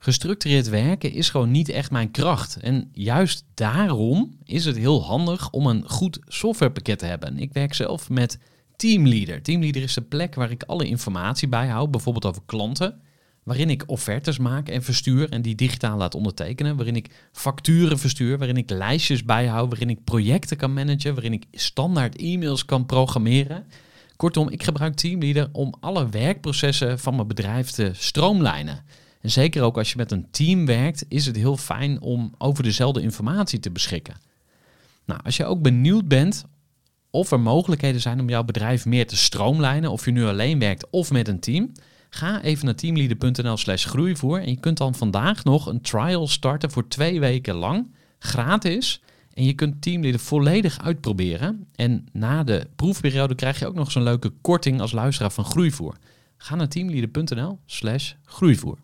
Gestructureerd werken is gewoon niet echt mijn kracht. En juist daarom is het heel handig om een goed softwarepakket te hebben. Ik werk zelf met Teamleader. Teamleader is de plek waar ik alle informatie bijhoud, bijvoorbeeld over klanten, waarin ik offertes maak en verstuur en die digitaal laat ondertekenen, waarin ik facturen verstuur, waarin ik lijstjes bijhoud, waarin ik projecten kan managen, waarin ik standaard e-mails kan programmeren. Kortom, ik gebruik Teamleader om alle werkprocessen van mijn bedrijf te stroomlijnen. En zeker ook als je met een team werkt, is het heel fijn om over dezelfde informatie te beschikken. Nou, als je ook benieuwd bent of er mogelijkheden zijn om jouw bedrijf meer te stroomlijnen, of je nu alleen werkt of met een team, ga even naar teamleader.nl/groeivoer en je kunt dan vandaag nog een trial starten voor 2 weken lang, gratis. En je kunt Teamleader volledig uitproberen. En na de proefperiode krijg je ook nog eens een leuke korting als luisteraar van Groeivoer. Ga naar teamleader.nl/groeivoer.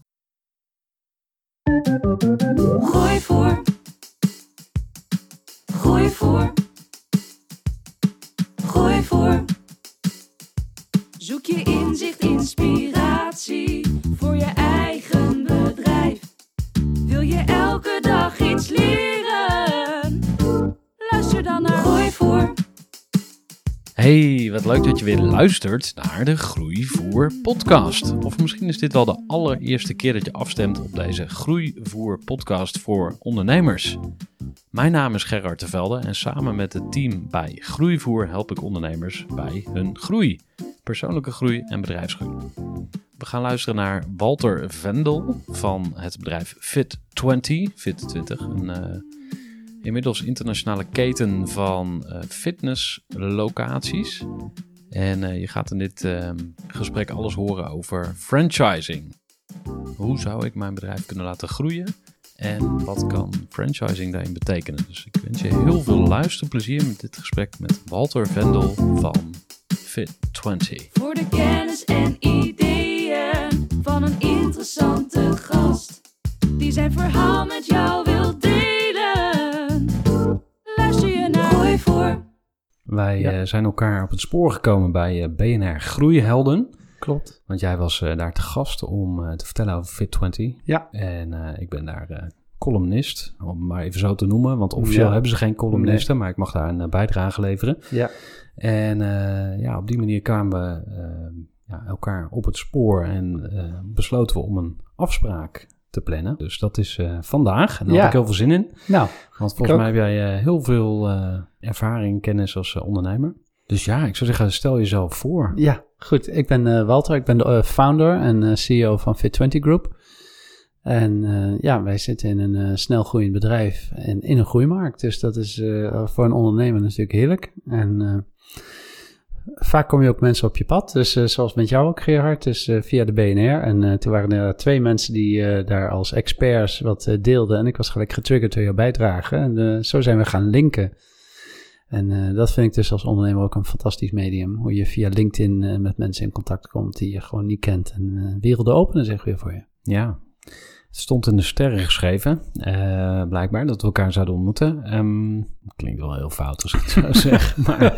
Groeivoer. Groeivoer. Groeivoer. Zoek je inzicht, inspiratie voor je eigen bedrijf. Wil je elke dag iets leren? Luister dan naar Groeivoer. Hey, wat leuk dat je weer luistert naar de Groeivoer podcast. Of misschien is dit wel de allereerste keer dat je afstemt op deze Groeivoer podcast voor ondernemers. Mijn naam is Gerard de Velde en samen met het team bij Groeivoer help ik ondernemers bij hun groei. Persoonlijke groei en bedrijfsgroei. We gaan luisteren naar Walter Vendel van het bedrijf Fit20. Fit20, een inmiddels internationale keten van fitnesslocaties. En je gaat in dit gesprek alles horen over franchising. Hoe zou ik mijn bedrijf kunnen laten groeien? En wat kan franchising daarin betekenen? Dus ik wens je heel veel luisterplezier met dit gesprek met Walter Vendel van Fit20. Voor de kennis en ideeën van een interessante gast die zijn verhaal met jou wil delen. Luister je naar Groeivoer. Wij zijn elkaar op het spoor gekomen bij BNR Groeihelden. Klopt. Want jij was daar te gast om te vertellen over Fit20. Ja. En ik ben daar columnist, om het maar even zo te noemen. Want officieel hebben ze geen columnisten, maar ik mag daar een bijdrage leveren. Ja. En op die manier kwamen we elkaar op het spoor en besloten we om een afspraak te plannen. Dus dat is vandaag. En daar had ik heel veel zin in. Nou, want volgens mij heb jij heel veel ervaring, kennis als ondernemer. Dus ja, ik zou zeggen, stel jezelf voor. Ja, goed. Ik ben Walter. Ik ben de founder en CEO van Fit20 Group. En wij zitten in een snel groeiend bedrijf en in een groeimarkt. Dus dat is voor een ondernemer natuurlijk heerlijk. En vaak kom je ook mensen op je pad. Dus zoals met jou ook, Gerard, dus via de BNR. En toen waren er 2 mensen die daar als experts wat deelden. En ik was gelijk getriggerd door jouw bijdrage. En zo zijn we gaan linken. En dat vind ik dus als ondernemer ook een fantastisch medium. Hoe je via LinkedIn met mensen in contact komt die je gewoon niet kent. En werelden openen zich weer voor je. Ja, het stond in de sterren geschreven, blijkbaar, dat we elkaar zouden ontmoeten. Klinkt wel heel fout als ik het zo zeg.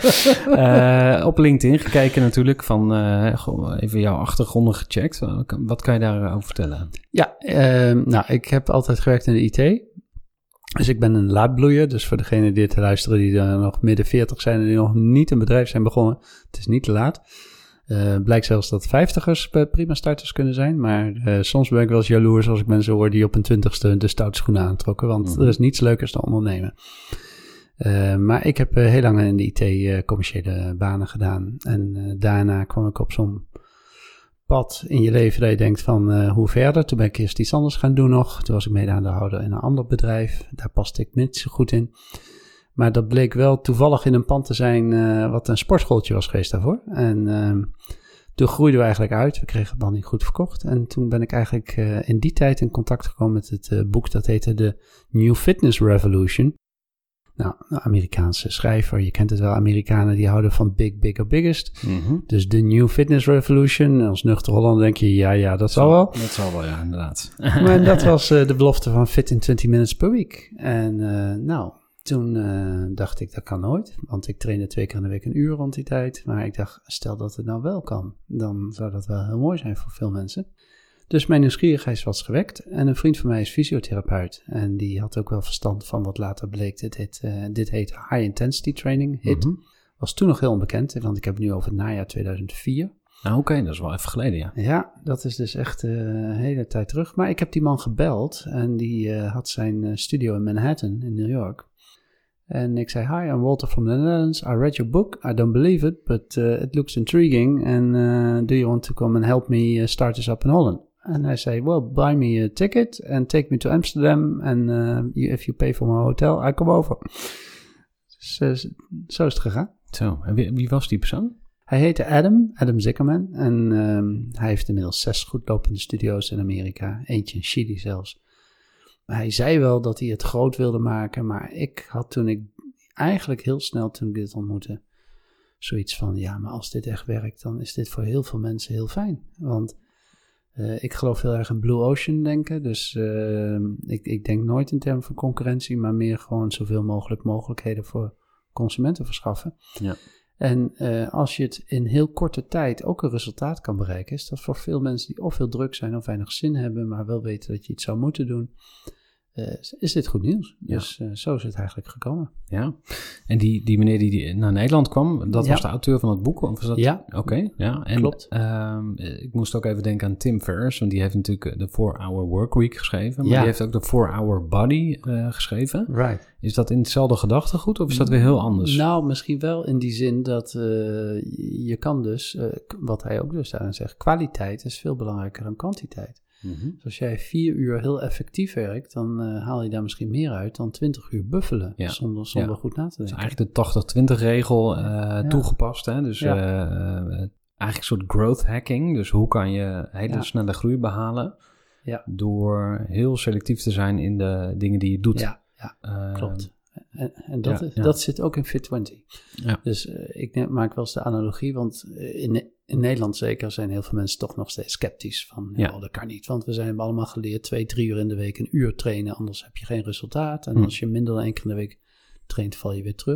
Maar op LinkedIn gekeken natuurlijk, van even jouw achtergronden gecheckt. Wat kan je daarover vertellen? Ja, ik heb altijd gewerkt in de IT. Dus ik ben een laatbloeier. Dus voor degene die te luisteren die nog midden 40 zijn en die nog niet een bedrijf zijn begonnen, het is niet te laat. Blijkt zelfs dat 50ers prima starters kunnen zijn. Maar soms ben ik wel eens jaloers als ik mensen hoor die op hun 20ste de stoute schoenen aantrokken. Want er is niets leukers dan ondernemen. Maar ik heb heel lang in de IT commerciële banen gedaan. En daarna kwam ik op zo'n pad in je leven dat je denkt van hoe verder. Toen ben ik eerst iets anders gaan doen nog. Toen was ik mede-aandeelhouder in een ander bedrijf. Daar paste ik niet zo goed in. Maar dat bleek wel toevallig in een pand te zijn wat een sportschooltje was geweest daarvoor. En toen groeiden we eigenlijk uit. We kregen het dan niet goed verkocht. En toen ben ik eigenlijk in die tijd in contact gekomen met het boek dat heette The New Fitness Revolution. Nou, een Amerikaanse schrijver. Je kent het wel, Amerikanen die houden van big, bigger, biggest. Mm-hmm. Dus The New Fitness Revolution. Als nuchter Hollander denk je, ja, dat zal wel. Dat zal wel, ja, inderdaad. Maar dat was de belofte van fit in 20 minutes per week. En toen dacht ik, dat kan nooit. Want ik trainde 2 keer in de week 1 uur rond die tijd. Maar ik dacht, stel dat het nou wel kan. Dan zou dat wel heel mooi zijn voor veel mensen. Dus mijn nieuwsgierigheid was gewekt. En een vriend van mij is fysiotherapeut. En die had ook wel verstand van wat later bleek. Dit heet High Intensity Training, HIIT. Was toen nog heel onbekend, want ik heb het nu over het najaar 2004. Nou, oké, dat is wel even geleden, ja. Ja, dat is dus echt een hele tijd terug. Maar ik heb die man gebeld en die had zijn studio in Manhattan in New York. En ik zei, hi, I'm Walter from the Netherlands. I read your book. I don't believe it, but it looks intriguing. And do you want to come and help me start this up in Holland? And I say, well, buy me a ticket and take me to Amsterdam. And if you pay for my hotel, I come over. Dus zo is het gegaan. Zo, en wie was die persoon? Hij heette Adam Zickerman. En hij heeft inmiddels 6 goedlopende studio's in Amerika. Eentje in Chili zelfs. Hij zei wel dat hij het groot wilde maken. Maar ik had toen ik dit ontmoette, zoiets van, ja, maar als dit echt werkt, dan is dit voor heel veel mensen heel fijn. Want ik geloof heel erg in Blue Ocean denken. Dus ik denk nooit in termen van concurrentie, maar meer gewoon zoveel mogelijk mogelijkheden voor consumenten verschaffen. Ja. En als je het in heel korte tijd ook een resultaat kan bereiken, is dat voor veel mensen die of heel druk zijn of weinig zin hebben, maar wel weten dat je iets zou moeten doen, is dit goed nieuws. Ja. Dus zo is het eigenlijk gekomen. Ja, en die meneer die naar Nederland kwam, dat was de auteur van het boek? Of was dat? Ja. Oké, ja. En, klopt. Ik moest ook even denken aan Tim Ferriss, want die heeft natuurlijk de 4-Hour Workweek geschreven, maar die heeft ook de 4-Hour Body geschreven. Right. Is dat in hetzelfde gedachtegoed of is dat weer heel anders? Nou, misschien wel in die zin dat je kan dus, wat hij ook dus daarin zegt, kwaliteit is veel belangrijker dan kwantiteit. Dus als jij 4 uur heel effectief werkt, dan haal je daar misschien meer uit dan 20 uur buffelen, zonder goed na te denken. Dus eigenlijk de 80-20 regel toegepast. Hè? Dus eigenlijk een soort growth hacking. Dus hoe kan je hele snelle groei behalen door heel selectief te zijn in de dingen die je doet. Ja, klopt. En dat zit ook in Fit20. Ja. Dus ik maak wel eens de analogie, want in Nederland zeker zijn heel veel mensen toch nog steeds sceptisch van, dat kan niet. Want we zijn allemaal geleerd 2-3 uur in de week een uur trainen, anders heb je geen resultaat. En als je minder dan 1 keer in de week traint, val je weer terug.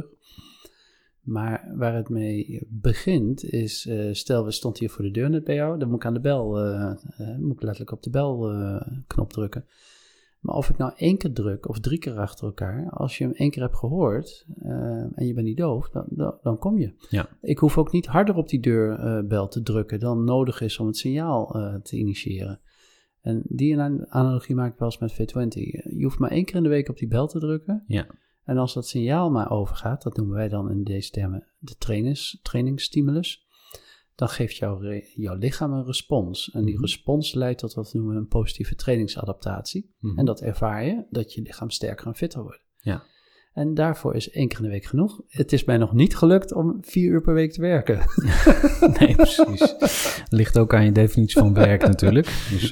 Maar waar het mee begint is, stel we stond hier voor de deur net bij jou, dan moet ik aan de bel, moet ik letterlijk op de belknop drukken. Maar of ik nou 1 keer druk of 3 keer achter elkaar, als je hem 1 keer hebt gehoord en je bent niet doof, dan kom je. Ja. Ik hoef ook niet harder op die deurbel te drukken dan nodig is om het signaal te initiëren. En die analogie maak ik wel eens met Fit20. Je hoeft maar 1 keer in de week op die bel te drukken. Ja. En als dat signaal maar overgaat, dat noemen wij dan in deze termen de trainingsstimulus, dan geeft jouw lichaam een respons. En die respons leidt tot wat we noemen een positieve trainingsadaptatie. En dat ervaar je, dat je lichaam sterker en fitter wordt. Ja. En daarvoor is 1 keer in de week genoeg. Het is mij nog niet gelukt om 4 uur per week te werken. Nee, precies. Ligt ook aan je definitie van werk natuurlijk. Dus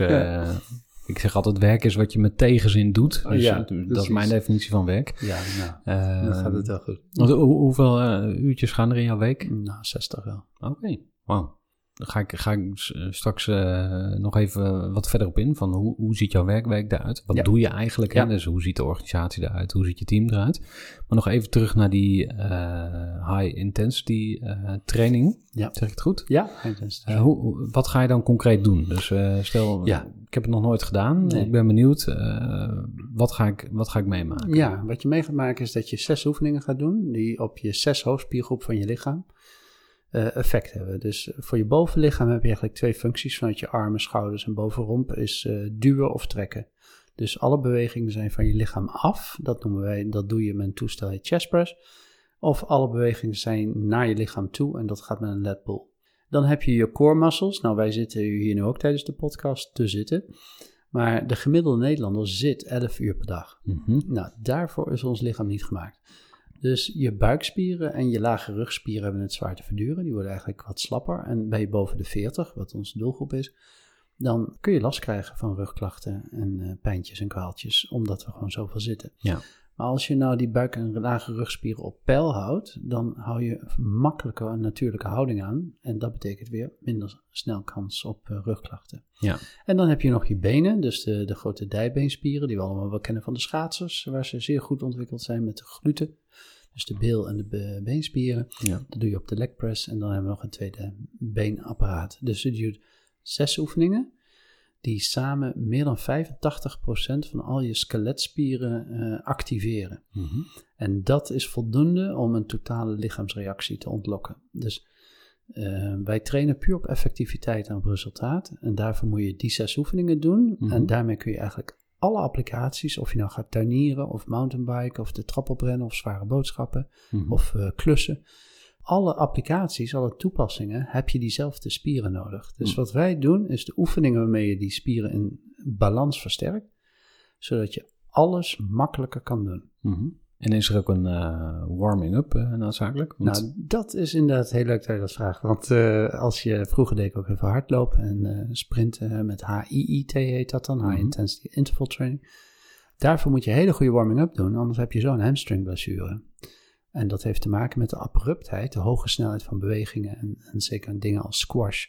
ik zeg altijd, werk is wat je met tegenzin doet. Dus dat is mijn definitie van werk. Ja, dan gaat het wel goed. Hoeveel uurtjes gaan er in jouw week? Nou, 60 wel. Oké. Wauw. Dan ga ik straks nog even wat verder op in. Van hoe ziet jouw werkweek eruit? Wat doe je eigenlijk? Ja. Dus hoe ziet de organisatie eruit? Hoe ziet je team eruit? Maar nog even terug naar die high intensity training. Ja. Zeg ik het goed? Ja, high intensity. Wat ga je dan concreet doen? Dus stel, ik heb het nog nooit gedaan. Nee. Ik ben benieuwd. Wat ga ik meemaken? Ja, wat je mee gaat maken is dat je 6 oefeningen gaat doen. Die op je 6 hoofdspiergroepen van je lichaam effect hebben. Dus voor je bovenlichaam heb je eigenlijk 2 functies vanuit je armen, schouders en bovenromp is duwen of trekken. Dus alle bewegingen zijn van je lichaam af. Dat doe je met een toestel heet chest press. Of alle bewegingen zijn naar je lichaam toe en dat gaat met een lat pull. Dan heb je je core muscles. Nou, wij zitten hier nu ook tijdens de podcast te zitten. Maar de gemiddelde Nederlander zit 11 uur per dag. Nou, daarvoor is ons lichaam niet gemaakt. Dus je buikspieren en je lage rugspieren hebben het zwaar te verduren. Die worden eigenlijk wat slapper. En ben je boven de 40, wat onze doelgroep is, dan kun je last krijgen van rugklachten en pijntjes en kwaaltjes, omdat we gewoon zoveel zitten. Ja. Maar als je nou die buik- en lage rugspieren op peil houdt, dan hou je makkelijker een natuurlijke houding aan. En dat betekent weer minder snel kans op rugklachten. Ja. En dan heb je nog je benen, dus de grote dijbeenspieren, die we allemaal wel kennen van de schaatsers, waar ze zeer goed ontwikkeld zijn met de gluten. Dus de bil- en de beenspieren. Ja. Dat doe je op de leg press. En dan hebben we nog een tweede beenapparaat. Dus je doet 6 oefeningen. die samen meer dan 85% van al je skeletspieren activeren. En dat is voldoende om een totale lichaamsreactie te ontlokken. Dus wij trainen puur op effectiviteit en op resultaat. En daarvoor moet je die 6 oefeningen doen. En daarmee kun je eigenlijk alle applicaties, of je nou gaat tuinieren of mountainbiken of de trap oprennen of zware boodschappen of klussen. Alle applicaties, alle toepassingen, heb je diezelfde spieren nodig. Dus wat wij doen, is de oefeningen waarmee je die spieren in balans versterkt, zodat je alles makkelijker kan doen. En is er ook een warming-up noodzakelijk? Nou, dat is inderdaad heel leuk dat je dat vraagt. Want als je vroeger deed ik ook even hardlopen en sprinten met HIIT heet dat dan, High Intensity Interval Training. Daarvoor moet je een hele goede warming-up doen, anders heb je zo'n hamstringblessure. En dat heeft te maken met de abruptheid, de hoge snelheid van bewegingen. En zeker aan dingen als squash,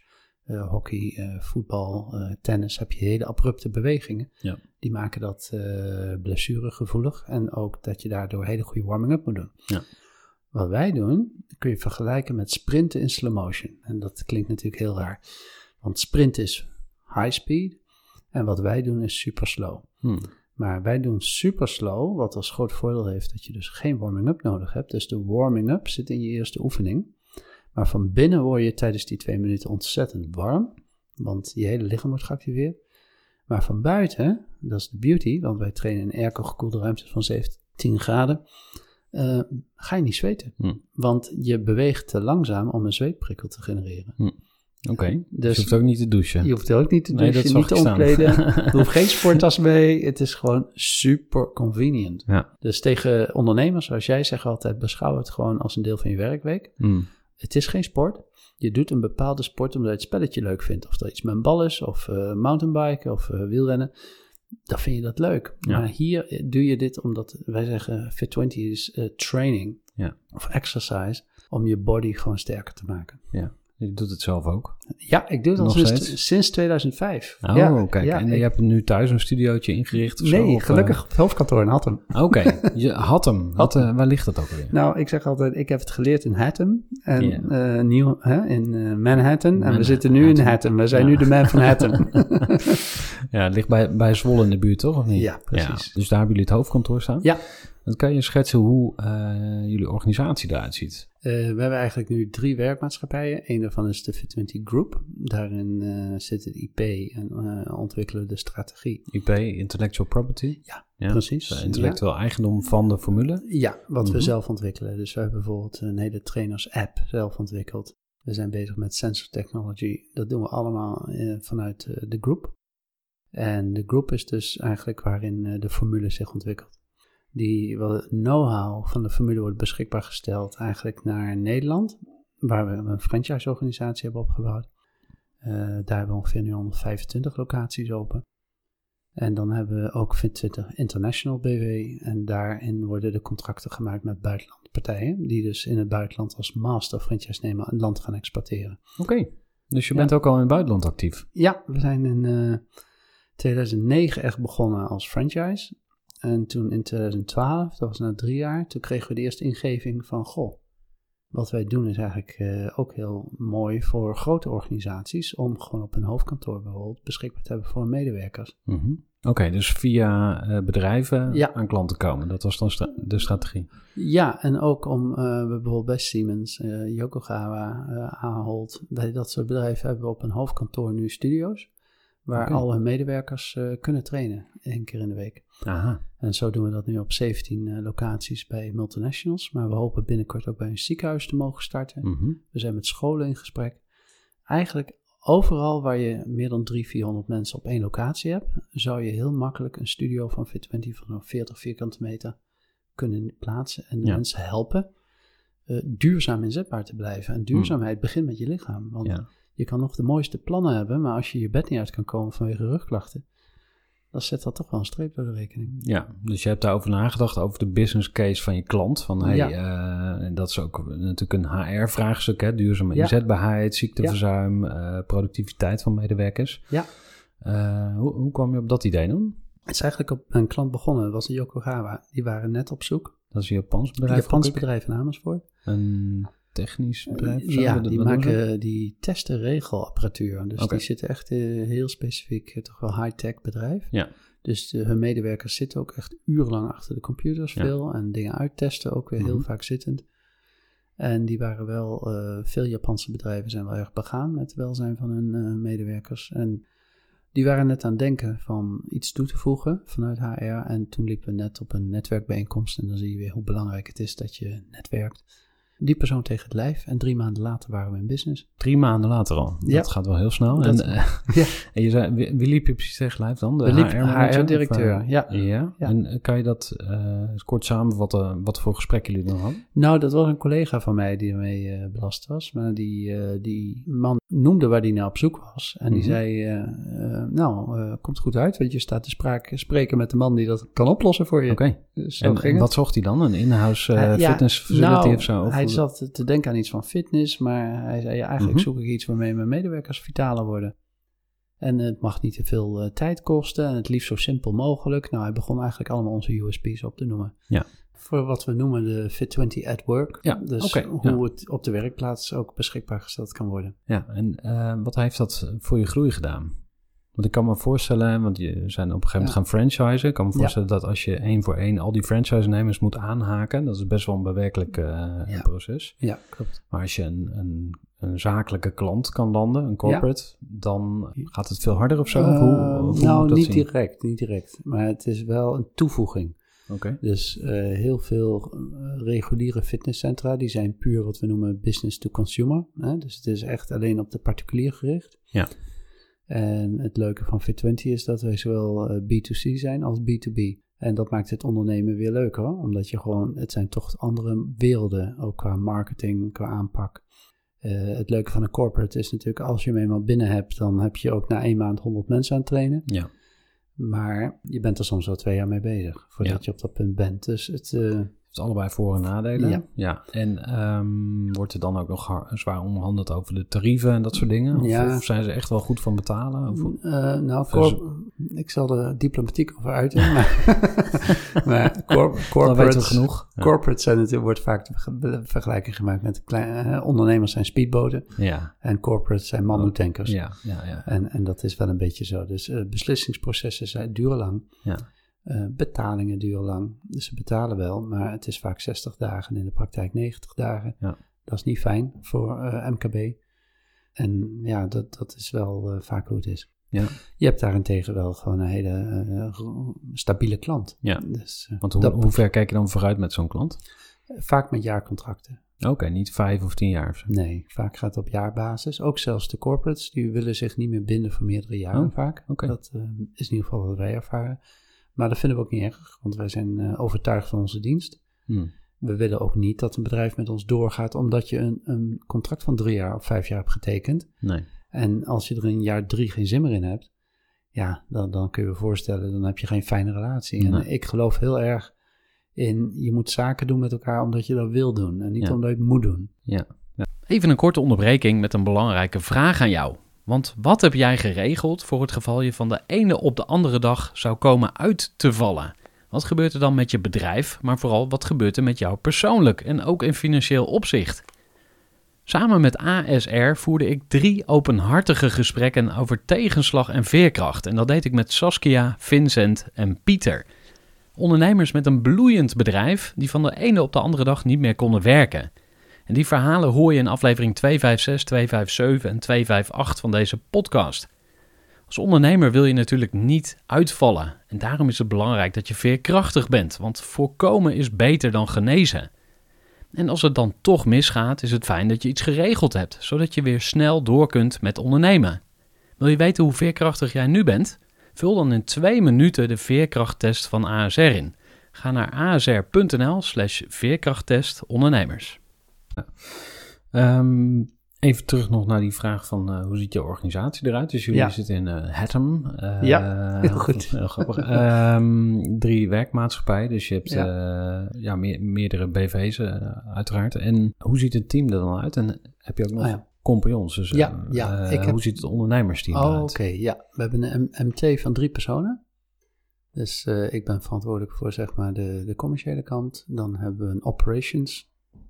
hockey, voetbal, tennis heb je hele abrupte bewegingen. Ja. Die maken dat blessuregevoelig en ook dat je daardoor hele goede warming-up moet doen. Ja. Wat wij doen, kun je vergelijken met sprinten in slow motion. En dat klinkt natuurlijk heel raar, want sprint is high speed en wat wij doen is super slow. Maar wij doen super slow, wat als groot voordeel heeft dat je dus geen warming-up nodig hebt. Dus de warming-up zit in je eerste oefening. Maar van binnen word je tijdens die 2 minuten ontzettend warm, want je hele lichaam wordt geactiveerd. Maar van buiten, dat is de beauty, want wij trainen in airco-gekoelde ruimtes van 17 graden, ga je niet zweten. Want je beweegt te langzaam om een zweetprikkel te genereren. Oké, dus je hoeft ook niet te douchen. Je hoeft ook niet te douchen, niet te omkleden. Je hoeft geen sporttas mee. Het is gewoon super convenient. Ja. Dus tegen ondernemers, zoals jij zegt altijd, beschouw het gewoon als een deel van je werkweek. Het is geen sport. Je doet een bepaalde sport omdat je het spelletje leuk vindt. Of dat iets met een bal is, of mountainbiken, of wielrennen. Dan vind je dat leuk. Ja. Maar hier doe je dit omdat wij zeggen Fit20 is training of exercise om je body gewoon sterker te maken. Ja. Je doet het zelf ook? Ja, ik doe het al sinds 2005. Oh, kijk. Ja, en je hebt nu thuis een studiootje ingericht? Of nee, zo, gelukkig op het hoofdkantoor in Hattem. Oké, je Hattem. Waar ligt dat ook weer? Nou, ik zeg altijd, ik heb het geleerd in Hattem. En in Manhattan. En we zitten nu in Hattem. We zijn nu de man van Hattem. Ja, het ligt bij Zwolle in de buurt, toch? Of niet? Ja, precies. Ja, dus daar hebben jullie het hoofdkantoor staan? Ja. Dan kan je schetsen hoe jullie organisatie eruit ziet. We hebben eigenlijk nu 3 werkmaatschappijen. Eén daarvan is de Fit20 Group. Daarin zit het IP en ontwikkelen de strategie. IP, Intellectual Property? Ja, precies. Intellectueel eigendom van de formule? Ja, wat we zelf ontwikkelen. Dus we hebben bijvoorbeeld een hele trainers-app zelf ontwikkeld. We zijn bezig met sensor technology. Dat doen we allemaal vanuit de Group. En de Group is dus eigenlijk waarin de formule zich ontwikkelt. Die know-how van de formule wordt beschikbaar gesteld eigenlijk naar Nederland, waar we een franchise-organisatie hebben opgebouwd. Daar hebben we ongeveer nu 125 locaties open. En dan hebben we ook Fit20 International BV en daarin worden de contracten gemaakt met buitenlandpartijen, die dus in het buitenland als master franchise-nemer een land gaan exporteren. Oké, dus je bent ook al in het buitenland actief? Ja, we zijn in 2009 echt begonnen als franchise. En toen in 2012, dat was na 3 jaar, toen kregen we de eerste ingeving van, wat wij doen is eigenlijk ook heel mooi voor grote organisaties, om gewoon op een hoofdkantoor bijvoorbeeld beschikbaar te hebben voor hun medewerkers. Oké, dus via bedrijven aan klanten komen, dat was dan de strategie? Ja, en ook om bijvoorbeeld bij Siemens, Yokogawa, Ahold, bij dat soort bedrijven hebben we op een hoofdkantoor nu studio's. Waar al hun medewerkers kunnen trainen 1 keer in de week. Aha. En zo doen we dat nu op 17 locaties bij multinationals. Maar we hopen binnenkort ook bij een ziekenhuis te mogen starten. We zijn met scholen in gesprek. Eigenlijk overal waar je meer dan 300-400 mensen op 1 locatie hebt, zou je heel makkelijk een studio van Fit20 van 40 vierkante meter kunnen plaatsen. En de mensen helpen duurzaam inzetbaar te blijven. En duurzaamheid begint met je lichaam. Want je kan nog de mooiste plannen hebben, maar als je je bed niet uit kan komen vanwege rugklachten, dan zet dat toch wel een streep door de rekening. Ja, dus je hebt daarover nagedacht, over de business case van je klant. Van, dat is ook natuurlijk een HR-vraagstuk, hè? Duurzame inzetbaarheid, ziekteverzuim, productiviteit van medewerkers. Ja. Hoe kwam je op dat idee dan? Het is eigenlijk op een klant begonnen, dat was in Yokogawa. Die waren net op zoek. Dat is een Japans bedrijf? Een Japans bedrijf in Amersfoort. technisch bedrijf? of zo? Ja, Wat doen ze? die testen regelapparatuur. Dus Oké. die zitten echt heel specifiek, toch wel high-tech bedrijf. Ja. Dus hun medewerkers zitten ook echt urenlang achter de computers veel. En dingen uittesten, ook weer heel vaak zittend. En die waren wel, veel Japanse bedrijven zijn wel erg begaan met het welzijn van hun medewerkers. En die waren net aan het denken van iets toe te voegen vanuit HR. En toen liepen we net op een netwerkbijeenkomst. En dan zie je weer hoe belangrijk het is dat je netwerkt. Die persoon tegen het lijf. En 3 maanden later waren we in business. 3 maanden later al. Ja. Dat gaat wel heel snel. Dat- En je zei, wie liep je precies tegen lijf dan? De We liepen HR-manager? HR-directeur, Of, ja. Ja? Ja. En kan je dat eens kort samenvatten, wat voor gesprekken jullie dan hadden? Nou, dat was een collega van mij die ermee belast was. Maar die man noemde waar hij naar op zoek was. En die zei, komt goed uit. Want je staat te spreken met de man die dat kan oplossen voor je. Oké. Dus zo En ging het. wat zocht hij dan? Een in-house Ja, fitness facility of zo? Of hij zat te denken aan iets van fitness, maar hij zei, eigenlijk zoek ik iets waarmee mijn medewerkers vitaler worden. En het mag niet te veel tijd kosten en het liefst zo simpel mogelijk. Nou, hij begon eigenlijk allemaal onze USP's op te noemen. Ja. Voor wat we noemen de Fit20 at Work. Ja, Dus oké, hoe het op de werkplaats ook beschikbaar gesteld kan worden. Ja, en wat heeft dat voor je groei gedaan? Want ik kan me voorstellen, want je zijn op een gegeven moment gaan franchisen. Ik kan me voorstellen dat als je 1 voor 1 al die franchise-nemers moet aanhaken, dat is best wel een bewerkelijk proces. Ja, klopt. Maar als je een zakelijke klant kan landen, een corporate, dan gaat het veel harder of zo? Of hoe moet Nou, dat niet zien? direct. Maar het is wel een toevoeging. Oké. Dus heel veel reguliere fitnesscentra, die zijn puur wat we noemen business to consumer. Hè? Dus het is echt alleen op de particulier gericht. Ja. En het leuke van Fit20 is dat wij zowel B2C zijn als B2B. En dat maakt het ondernemen weer leuker, hoor. Omdat je gewoon, het zijn toch andere werelden, ook qua marketing, qua aanpak. Het leuke van een corporate is natuurlijk, als je hem eenmaal binnen hebt, dan heb je ook na 1 maand 100 mensen aan het trainen. Ja. Maar je bent er soms wel 2 jaar mee bezig, voordat je op dat punt bent. Dus het Het is allebei voor- en nadelen. Ja. En wordt er dan ook nog zwaar onderhandeld over de tarieven en dat soort dingen? Of zijn ze echt wel goed van betalen? Ik zal er diplomatiek over uiten. Maar Dan weten we genoeg. Corporates zijn natuurlijk, wordt vaak de vergelijking gemaakt met ondernemers zijn speedboten. Ja. En corporates zijn mammoetankers. Ja. En dat is wel een beetje zo. Dus beslissingsprocessen duren lang. Ja. Betalingen duren lang. Dus ze betalen wel, maar het is vaak 60 dagen, in de praktijk 90 dagen. Ja. Dat is niet fijn voor MKB. En ja, dat is wel vaak hoe het is. Ja. Je hebt daarentegen wel gewoon een hele stabiele klant. Ja. Dus, Want hoe ver kijk je dan vooruit met zo'n klant? Vaak met jaarcontracten. Oké, niet 5 of 10 jaar of zo. Nee, vaak gaat het op jaarbasis. Ook zelfs de corporates, die willen zich niet meer binden voor meerdere jaren vaak. Oké. Dat is in ieder geval wat wij ervaren. Maar dat vinden we ook niet erg, want wij zijn overtuigd van onze dienst. We willen ook niet dat een bedrijf met ons doorgaat omdat je een contract van 3 jaar of 5 jaar hebt getekend. Nee. En als je er in jaar 3 geen zin meer in hebt, ja, dan kun je je voorstellen, dan heb je geen fijne relatie. Nee. En ik geloof heel erg in, je moet zaken doen met elkaar omdat je dat wil doen en niet omdat je het moet doen. Ja. Even een korte onderbreking met een belangrijke vraag aan jou. Want wat heb jij geregeld voor het geval je van de ene op de andere dag zou komen uit te vallen? Wat gebeurt er dan met je bedrijf, maar vooral wat gebeurt er met jou persoonlijk en ook in financieel opzicht? Samen met ASR voerde ik 3 openhartige gesprekken over tegenslag en veerkracht. En dat deed ik met Saskia, Vincent en Pieter. Ondernemers met een bloeiend bedrijf die van de ene op de andere dag niet meer konden werken. En die verhalen hoor je in aflevering 256, 257 en 258 van deze podcast. Als ondernemer wil je natuurlijk niet uitvallen. En daarom is het belangrijk dat je veerkrachtig bent, want voorkomen is beter dan genezen. En als het dan toch misgaat, is het fijn dat je iets geregeld hebt, zodat je weer snel door kunt met ondernemen. Wil je weten hoe veerkrachtig jij nu bent? Vul dan in 2 minuten de veerkrachttest van ASR in. Ga naar asr.nl/veerkrachttest ondernemers. Even terug nog naar die vraag van hoe ziet je organisatie eruit? Dus jullie zitten in Hattem. Heel goed. Heel grappig. 3 werkmaatschappijen, dus je hebt meerdere BV's uiteraard. En hoe ziet het team er dan uit? En heb je ook nog compagnons? Dus, hoe ziet het ondernemersteam eruit? Oké. We hebben een MT van 3 personen. Dus ik ben verantwoordelijk voor zeg maar de commerciële kant. Dan hebben we een operations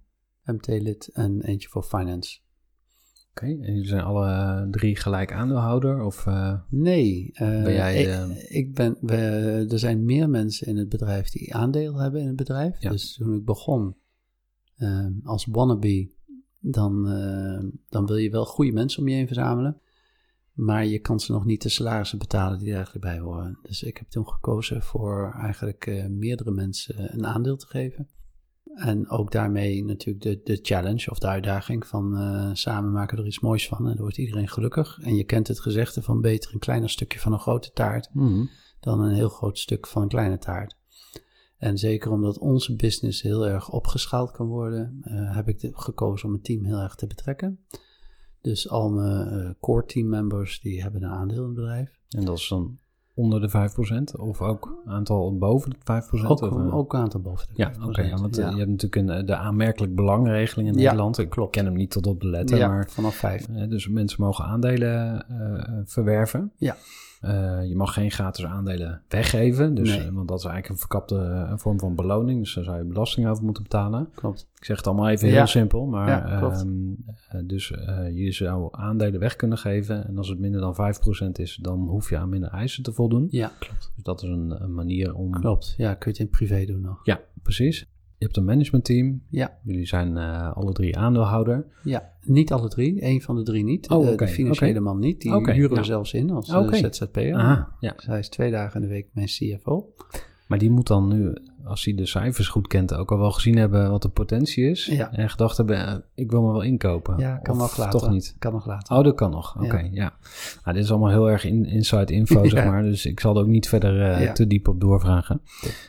MT-lid en eentje voor finance. Oké, en jullie zijn alle 3 gelijk aandeelhouder? Of Nee, ben jij... er zijn meer mensen in het bedrijf die aandeel hebben in het bedrijf. Ja. Dus toen ik begon als wannabe, dan wil je wel goede mensen om je heen verzamelen. Maar je kan ze nog niet de salarissen betalen die er eigenlijk bij horen. Dus ik heb toen gekozen voor eigenlijk meerdere mensen een aandeel te geven. En ook daarmee natuurlijk de challenge of de uitdaging van samen maken er iets moois van. En dan wordt iedereen gelukkig. En je kent het gezegde van beter een kleiner stukje van een grote taart dan een heel groot stuk van een kleine taart. En zeker omdat onze business heel erg opgeschaald kan worden, heb ik gekozen om het team heel erg te betrekken. Dus al mijn core team members die hebben een aandeel in het bedrijf. En dat is dan onder de 5%? Of ook aantal boven de 5%? Ook een aantal boven de 5%. Ja, oké. Want je hebt natuurlijk de aanmerkelijk belangregeling in Nederland. Ik ken hem niet tot op de letter. Maar vanaf 5. Dus mensen mogen aandelen verwerven. Ja. Je mag geen gratis aandelen weggeven. Dus, Nee. Want dat is eigenlijk een verkapte vorm van beloning. Dus daar zou je belasting over moeten betalen. Klopt. Ik zeg het allemaal even heel simpel. Maar Ja, klopt. dus je zou aandelen weg kunnen geven. En als het minder dan 5% is, dan hoef je aan minder eisen te voldoen. Ja, klopt. Dus dat is een manier om... Klopt. Ja, kun je het in privé doen nog. Ja, precies. Je hebt een managementteam. Ja. Jullie zijn alle 3 aandeelhouder. Ja, niet alle 3. Eén van de 3 niet. Oh, oké, De financiële man niet. Die huren we zelfs in als ZZP'er. Aha, ja. Dus hij is 2 dagen in de week mijn CFO. Maar die moet dan nu, als hij de cijfers goed kent, ook al wel gezien hebben wat de potentie is. Ja. En gedacht hebben, ik wil me wel inkopen. Ja, kan Of nog later. toch niet? Kan nog later. Oh, dat kan nog. Oké, ja. Nou, dit is allemaal heel erg inside info, zeg maar. Dus ik zal er ook niet verder te diep op doorvragen.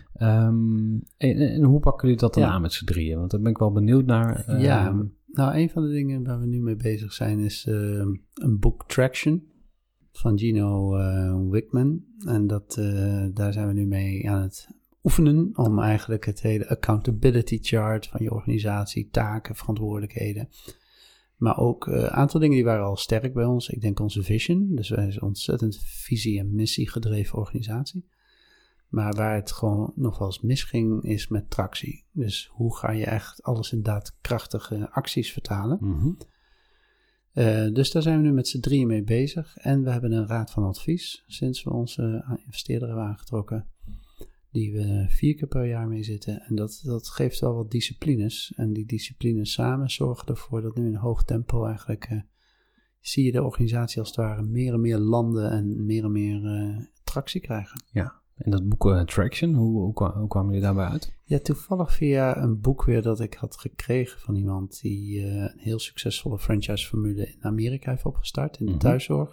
En hoe pakken jullie dat dan aan met z'n drieën? Want daar ben ik wel benieuwd naar. Nou, een van de dingen waar we nu mee bezig zijn is een boek Traction van Gino Wickman. En daar zijn we nu mee aan het oefenen om eigenlijk het hele accountability chart van je organisatie, taken, verantwoordelijkheden. Maar ook een aantal dingen die waren al sterk bij ons. Ik denk onze vision. Dus wij zijn een ontzettend visie- en missie-gedreven organisatie. Maar waar het gewoon nog wel eens misging is met tractie. Dus hoe ga je echt alles in daadkrachtige acties vertalen? Mm-hmm. Dus daar zijn we nu met z'n drieën mee bezig. En we hebben een raad van advies sinds we onze investeerder hebben aangetrokken. Die we 4 keer per jaar mee zitten. En dat geeft wel wat disciplines. En die disciplines samen zorgen ervoor dat nu in hoog tempo eigenlijk... zie je de organisatie als het ware meer en meer landen en meer tractie krijgen. Ja, en dat boek Traction, hoe kwamen jullie daarbij uit? Ja, toevallig via een boek weer dat ik had gekregen van iemand die een heel succesvolle franchise-formule in Amerika heeft opgestart in de thuiszorg.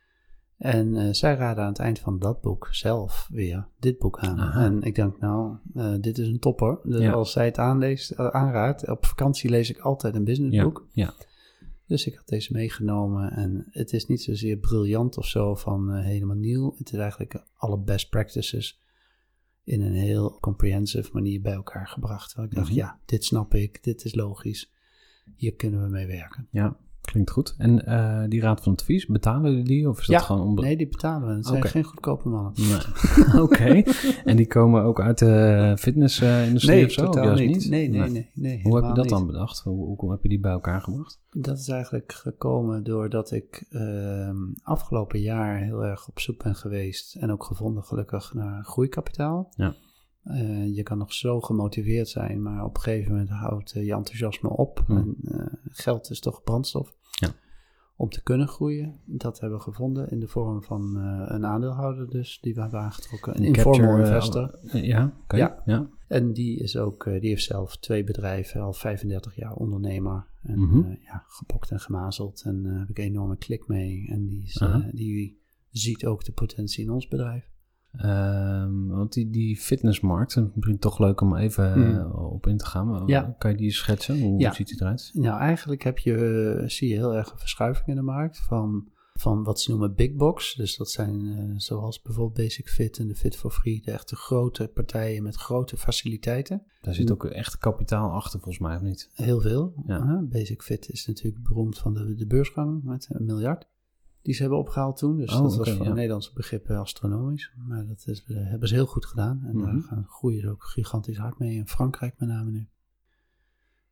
En zij raadde aan het eind van dat boek zelf weer dit boek aan. Aha. En ik dacht, dit is een topper. Dus als zij het aanraadt, op vakantie lees ik altijd een businessboek. Ja. Dus ik had deze meegenomen en het is niet zozeer briljant of zo van helemaal nieuw. Het is eigenlijk alle best practices in een heel comprehensive manier bij elkaar gebracht. Waar ik dacht, dit snap ik, dit is logisch. Hier kunnen we mee werken. Ja, klinkt goed. En die raad van advies, betalen jullie die? Of is dat gewoon nee, die betalen we. Het zijn geen goedkope mannen. Nee. Oké. En die komen ook uit de fitnessindustrie of zo? Totaal of niet. Nee. Hoe heb je dat dan bedacht? Hoe heb je die bij elkaar gebracht? Dat is eigenlijk gekomen doordat ik afgelopen jaar heel erg op zoek ben geweest en ook gevonden gelukkig naar groeikapitaal. Ja. Je kan nog zo gemotiveerd zijn, maar op een gegeven moment houdt je enthousiasme op. En geld is toch brandstof om te kunnen groeien. Dat hebben we gevonden in de vorm van een aandeelhouder dus, die we hebben aangetrokken. Een informal investor. Ja. En die is ook, die heeft zelf 2 bedrijven, al 35 jaar ondernemer. En gepokt en gemazeld. En daar heb ik een enorme klik mee. En die ziet ook de potentie in ons bedrijf. Want die fitnessmarkt, misschien toch leuk om even op in te gaan. Kan je die schetsen? Hoe ziet die eruit? Nou, eigenlijk zie je heel erg een verschuiving in de markt van wat ze noemen big box. Dus dat zijn zoals bijvoorbeeld Basic Fit en de Fit for Free, de echte grote partijen met grote faciliteiten. Daar zit ook echt kapitaal achter volgens mij, of niet? Heel veel. Ja. Basic Fit is natuurlijk beroemd van de beursgang met 1 miljard. Die ze hebben opgehaald toen. Dus dat was voor Nederlandse begrippen astronomisch. Maar dat hebben ze heel goed gedaan. En daar groeien ze ook gigantisch hard mee. In Frankrijk met name nu.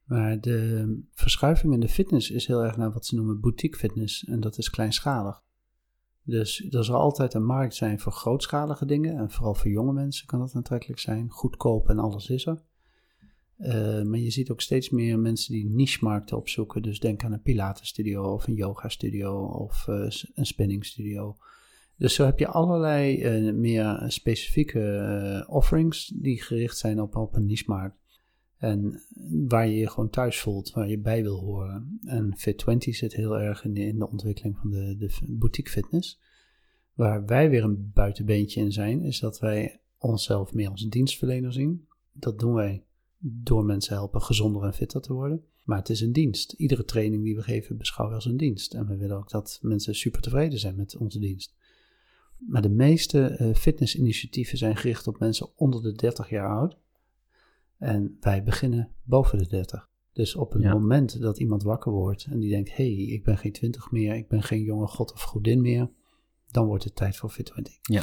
Maar de verschuiving in de fitness is heel erg naar wat ze noemen boutique fitness. En dat is kleinschalig. Dus er zal altijd een markt zijn voor grootschalige dingen. En vooral voor jonge mensen kan dat aantrekkelijk zijn. Goedkoop en alles is er. Maar je ziet ook steeds meer mensen die niche-markten opzoeken. Dus denk aan een pilatenstudio of een yoga-studio of een spinning-studio. Dus zo heb je allerlei meer specifieke offerings die gericht zijn op een niche-markt. En waar je je gewoon thuis voelt, waar je bij wil horen. En Fit20 zit heel erg in de ontwikkeling van de boutique fitness. Waar wij weer een buitenbeentje in zijn, is dat wij onszelf meer als een dienstverlener zien. Dat doen wij door mensen helpen gezonder en fitter te worden. Maar het is een dienst. Iedere training die we geven beschouwen we als een dienst. En we willen ook dat mensen super tevreden zijn met onze dienst. Maar de meeste fitnessinitiatieven zijn gericht op mensen onder de 30 jaar oud. En wij beginnen boven de 30. Dus op het moment dat iemand wakker wordt en die denkt, hey, ik ben geen 20 meer, ik ben geen jonge god of godin meer, dan wordt het tijd voor Fit20. Ja,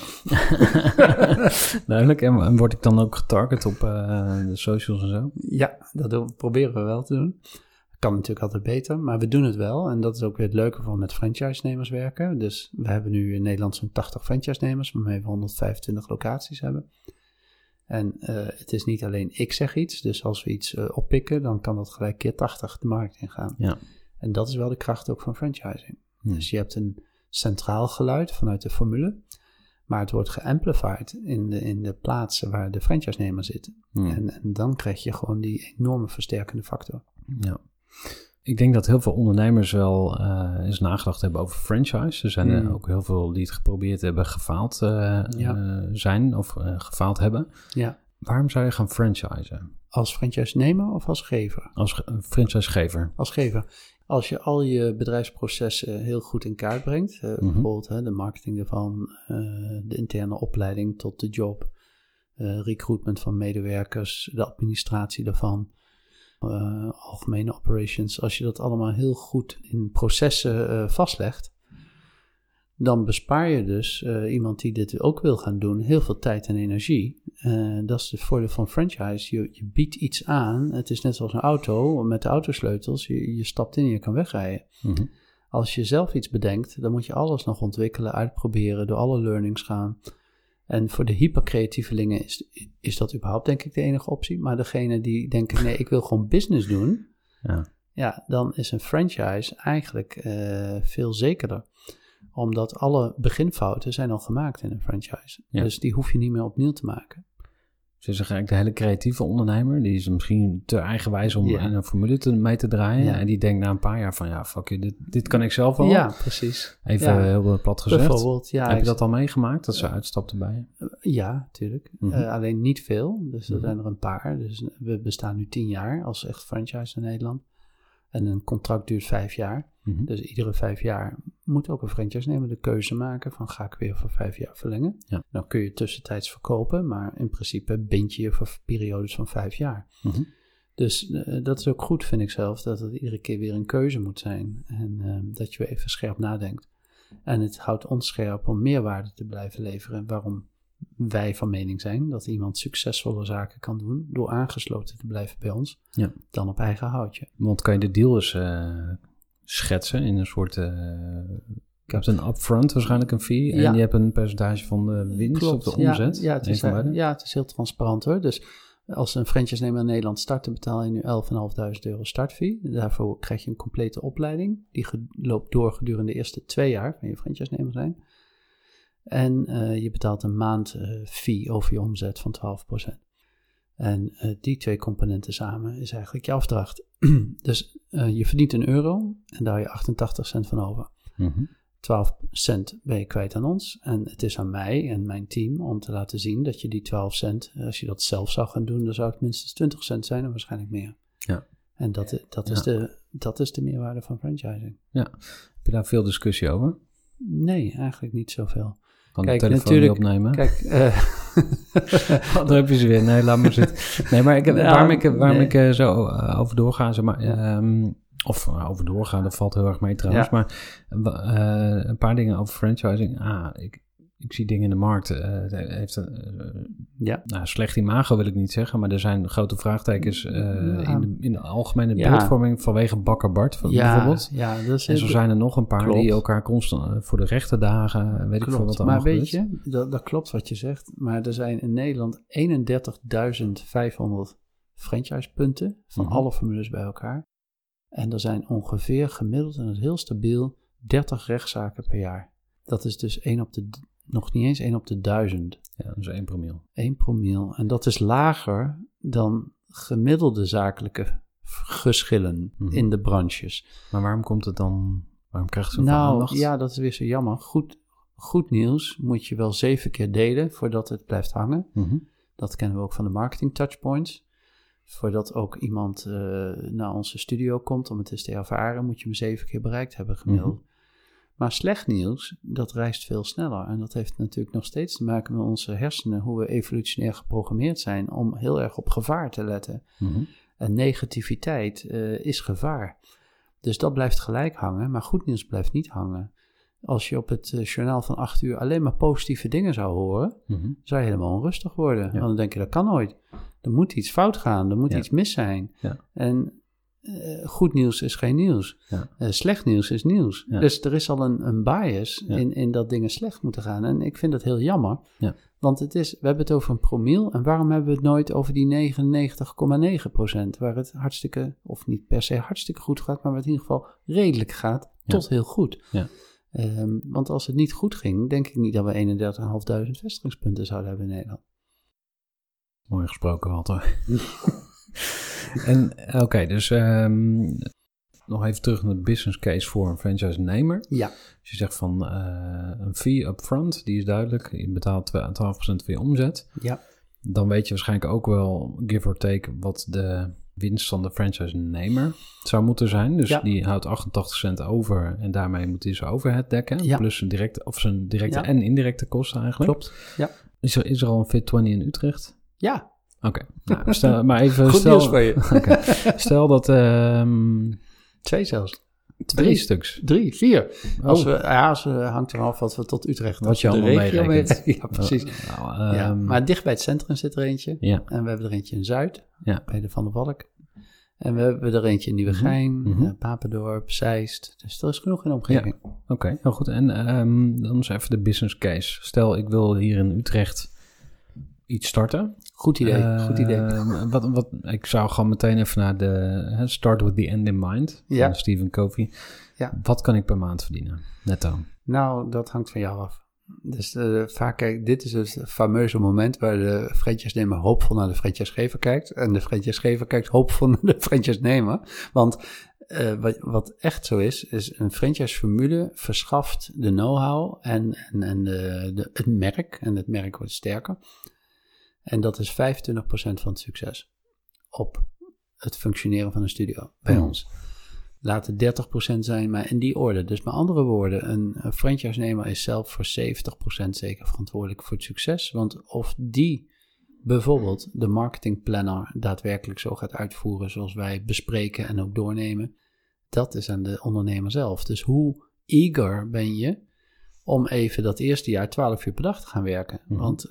duidelijk. En word ik dan ook getarget op de socials en zo? Ja, dat proberen we wel te doen. Kan natuurlijk altijd beter, maar we doen het wel. En dat is ook weer het leuke van met franchise-nemers werken. Dus we hebben nu in Nederland zo'n 80 franchise-nemers, waarmee we 125 locaties hebben. En het is niet alleen ik zeg iets, dus als we iets oppikken, dan kan dat gelijk keer 80 de markt ingaan. Ja. En dat is wel de kracht ook van franchising. Dus je hebt een centraal geluid vanuit de formule, maar het wordt geamplified in de plaatsen waar de franchise-nemer zit. En dan krijg je gewoon die enorme versterkende factor. Ja. Ik denk dat heel veel ondernemers wel eens nagedacht hebben over franchise. Er zijn er ook heel veel die het geprobeerd hebben, gefaald zijn of gefaald hebben. Ja. Waarom zou je gaan franchisen? Als franchise-nemer of als gever? Als franchisegever. Als gever. Als je al je bedrijfsprocessen heel goed in kaart brengt, bijvoorbeeld de marketing ervan, de interne opleiding tot de job, recruitment van medewerkers, de administratie daarvan, algemene operations. Als je dat allemaal heel goed in processen vastlegt, dan bespaar je dus iemand die dit ook wil gaan doen heel veel tijd en energie. Dat is het voordeel van franchise. Je biedt iets aan. Het is net zoals een auto met de autosleutels. Je stapt in en je kan wegrijden. Als je zelf iets bedenkt, dan moet je alles nog ontwikkelen, uitproberen, door alle learnings gaan. En voor de hypercreatievelingen is dat überhaupt denk ik de enige optie. Maar degene die denken, nee, ik wil gewoon business doen. Ja, dan is een franchise eigenlijk veel zekerder. Omdat alle beginfouten zijn al gemaakt in een franchise. Ja. Dus die hoef je niet meer opnieuw te maken. Ze zeggen eigenlijk de hele creatieve ondernemer, die is misschien te eigenwijs om in een formule mee te draaien. Ja. En die denkt na een paar jaar van, fuck je, dit kan ik zelf wel. Ja, precies. Even heel plat gezegd. Bijvoorbeeld, heb je dat al meegemaakt, dat ze uitstapten bij je? Ja, tuurlijk. Alleen niet veel. Dus er zijn er een paar. Dus we bestaan nu 10 jaar als echt franchise in Nederland. En een contract duurt 5 jaar. Dus iedere 5 jaar moet ook een franchise-nemer de keuze maken van ga ik weer voor 5 jaar verlengen. Ja. Dan kun je tussentijds verkopen, maar in principe bind je voor periodes van 5 jaar. Dus dat is ook goed, vind ik zelf, dat het iedere keer weer een keuze moet zijn. En dat je weer even scherp nadenkt. En het houdt ons scherp om meerwaarde te blijven leveren. Waarom wij van mening zijn dat iemand succesvolle zaken kan doen door aangesloten te blijven bij ons, dan op eigen houtje. Want kan je de deal eens schetsen in een soort... je hebt een upfront waarschijnlijk een fee en je hebt een percentage van de winst op de omzet. Het is heel transparant hoor. Dus als een franchise-nemer in Nederland start, dan betaal je nu €11.500 startfee. Daarvoor krijg je een complete opleiding. Die loopt door gedurende de eerste 2 jaar van je franchise-nemer zijn. En je betaalt een maand fee over je omzet van 12%. En die 2 componenten samen is eigenlijk je afdracht. Dus je verdient €1 en daar hou je 88 cent van over. 12 cent ben je kwijt aan ons. En het is aan mij en mijn team om te laten zien dat je die 12 cent, als je dat zelf zou gaan doen, dan zou het minstens 20 cent zijn en waarschijnlijk meer. Ja. En dat is de meerwaarde van franchising. Ja. Heb je daar veel discussie over? Nee, eigenlijk niet zoveel. Kan de telefoon niet opnemen? Kijk, daar heb je ze weer. Nee, laat maar zitten. Nee, maar waarom ik zo over doorga, zeg maar... over doorgaan, dat valt heel erg mee trouwens. Ja. Maar een paar dingen over franchising. ik zie dingen in de markt. Het heeft een slecht imago wil ik niet zeggen, maar er zijn grote vraagtekens in de algemene beeldvorming vanwege Bakker Bart bijvoorbeeld. Ja, dat is en zo zijn er nog een paar die elkaar constant voor de rechte dagen, weet ik veel wat allemaal maar weet je, dat klopt wat je zegt, maar er zijn in Nederland 31.500 franchisepunten van alle formules bij elkaar. En er zijn ongeveer gemiddeld en het heel stabiel 30 rechtszaken per jaar. Dat is dus nog niet eens 1 op de 1000. Ja, dat is 1 promille. 1 promille. En dat is lager dan gemiddelde zakelijke geschillen in de branches. Maar waarom komt het dan? Waarom krijgt het zoveel aandacht? Ja, dat is weer zo jammer. Goed nieuws moet je wel 7 keer delen voordat het blijft hangen. Mm-hmm. Dat kennen we ook van de marketing touchpoints. Voordat ook iemand naar onze studio komt om het eens te ervaren, moet je hem 7 keer bereikt hebben gemiddeld. Mm-hmm. Maar slecht nieuws, dat reist veel sneller. En dat heeft natuurlijk nog steeds te maken met onze hersenen, hoe we evolutionair geprogrammeerd zijn om heel erg op gevaar te letten. Mm-hmm. En negativiteit is gevaar. Dus dat blijft gelijk hangen, maar goed nieuws blijft niet hangen. Als je op het journaal van 8 uur alleen maar positieve dingen zou horen, zou je helemaal onrustig worden. Ja. Want dan denk je, dat kan nooit. Er moet iets fout gaan, er moet iets mis zijn. Ja. En goed nieuws is geen nieuws. Ja. Slecht nieuws is nieuws. Ja. Dus er is al een bias in dat dingen slecht moeten gaan. En ik vind dat heel jammer. Ja. Want we hebben het over een promiel. En waarom hebben we het nooit over die 99,9%? Waar het hartstikke, of niet per se hartstikke goed gaat, maar waar het in ieder geval redelijk gaat, tot heel goed. Ja. Want als het niet goed ging, denk ik niet dat we 31.500 vestigingspunten zouden hebben in Nederland. Mooi gesproken, Walter. En oké, dus nog even terug naar de business case voor een franchise-nemer. Ja. Als je zegt van een fee upfront, die is duidelijk. Je betaalt 12% van je omzet. Ja. Dan weet je waarschijnlijk ook wel, give or take, wat de winst van de franchise-nemer zou moeten zijn. Dus die houdt 88 cent over en daarmee moet hij zijn overhead dekken. Ja. Plus zijn directe en indirecte kosten eigenlijk. Klopt, ja. Is er al een Fit 20 in Utrecht? Ja. Oké, nou, stel nieuws voor je. Okay. Stel dat 2 zelfs. 3 stuks. 3, 4. Als we hangt eraf wat we tot Utrecht. Wat je allemaal meerekent. Ja, precies. Maar dicht bij het centrum zit er eentje. Ja. En we hebben er eentje in Zuid, bij de Van der Valk. En we hebben er eentje in Nieuwegein, Papendorp, Zeist. Dus er is genoeg in de omgeving. Ja. Oké, heel goed. En dan is even de business case. Stel, ik wil hier in Utrecht iets starten. Goed idee. Ik zou gewoon meteen even naar de Start with the End in Mind van Stephen Covey. Ja. Wat kan ik per maand verdienen, netto? Nou, dat hangt van jou af. Dus vaak dit is het fameuze moment waar de franchise-nemer hoopvol naar de franchisegever kijkt en de franchisegever kijkt hoopvol naar de franchise-nemer. Want wat echt zo is een franchise-formule verschaft de know-how en het merk, en het merk wordt sterker. En dat is 25% van het succes op het functioneren van een studio bij ons. Laat het 30% zijn, maar in die orde. Dus met andere woorden, een franchise-nemer is zelf voor 70% zeker verantwoordelijk voor het succes. Want of die bijvoorbeeld de marketingplanner daadwerkelijk zo gaat uitvoeren zoals wij bespreken en ook doornemen, dat is aan de ondernemer zelf. Dus hoe eager ben je om even dat eerste jaar 12 uur per dag te gaan werken. Mm-hmm. Want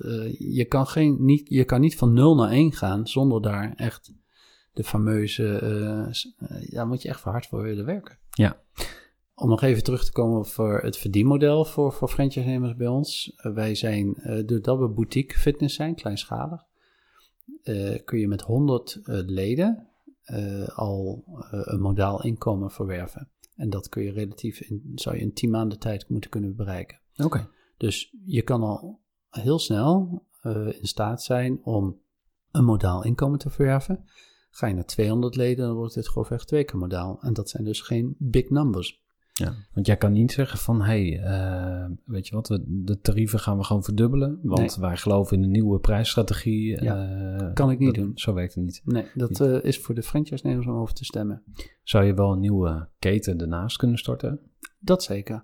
je kan niet van 0 naar 1 gaan zonder daar echt de fameuze, daar moet je echt voor hard voor willen werken. Ja. Om nog even terug te komen voor het verdienmodel voor franchise-nemers bij ons. Wij zijn, doordat we boutique fitness zijn, kleinschalig, kun je met 100 leden al een modaal inkomen verwerven. En dat kun je zou je in 10 maanden tijd moeten kunnen bereiken. Oké. Dus je kan al heel snel in staat zijn om een modaal inkomen te verwerven. Ga je naar 200 leden, dan wordt het grofweg 2 keer modaal. En dat zijn dus geen big numbers. Ja, want jij kan niet zeggen van, weet je wat, de tarieven gaan we gewoon verdubbelen. Want wij geloven in een nieuwe prijsstrategie. Kan ik niet doen. Zo werkt het niet. Nee, dat is voor de franchise-nemers om over te stemmen. Zou je wel een nieuwe keten ernaast kunnen starten? Dat zeker.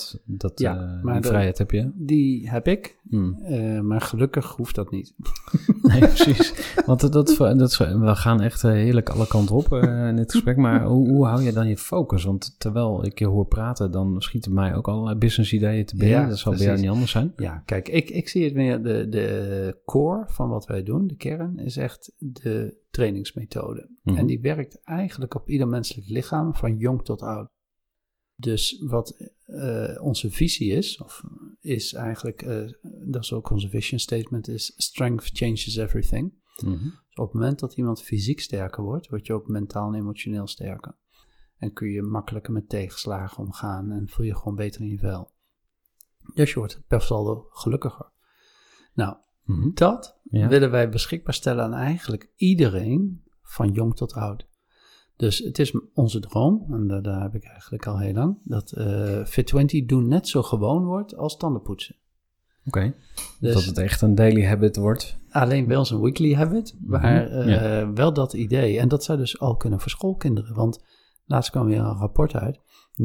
Die vrijheid heb je? Die heb ik, maar gelukkig hoeft dat niet. Nee, precies. Want we gaan echt heerlijk alle kanten op in dit gesprek. Maar hoe hou je dan je focus? Want terwijl ik je hoor praten, dan schieten mij ook allerlei business ideeën te binnen. Dat zal bij jou niet anders zijn. Ja, kijk, ik zie het meer, de core van wat wij doen, de kern, is echt de trainingsmethode. Mm-hmm. En die werkt eigenlijk op ieder menselijk lichaam, van jong tot oud. Dus wat onze visie is eigenlijk, dat is ook onze vision statement, is strength changes everything. Mm-hmm. Dus op het moment dat iemand fysiek sterker wordt, word je ook mentaal en emotioneel sterker. En kun je makkelijker met tegenslagen omgaan en voel je gewoon beter in je vel. Dus je wordt per saldo gelukkiger. Nou, dat willen wij beschikbaar stellen aan eigenlijk iedereen, van jong tot oud. Dus het is onze droom, en daar heb ik eigenlijk al heel lang, dat Fit20 doen net zo gewoon wordt als tandenpoetsen. Oké. Dus dat het echt een daily habit wordt. Alleen wel eens een weekly habit, maar wel dat idee. En dat zou dus al kunnen voor schoolkinderen, want laatst kwam weer een rapport uit. 90%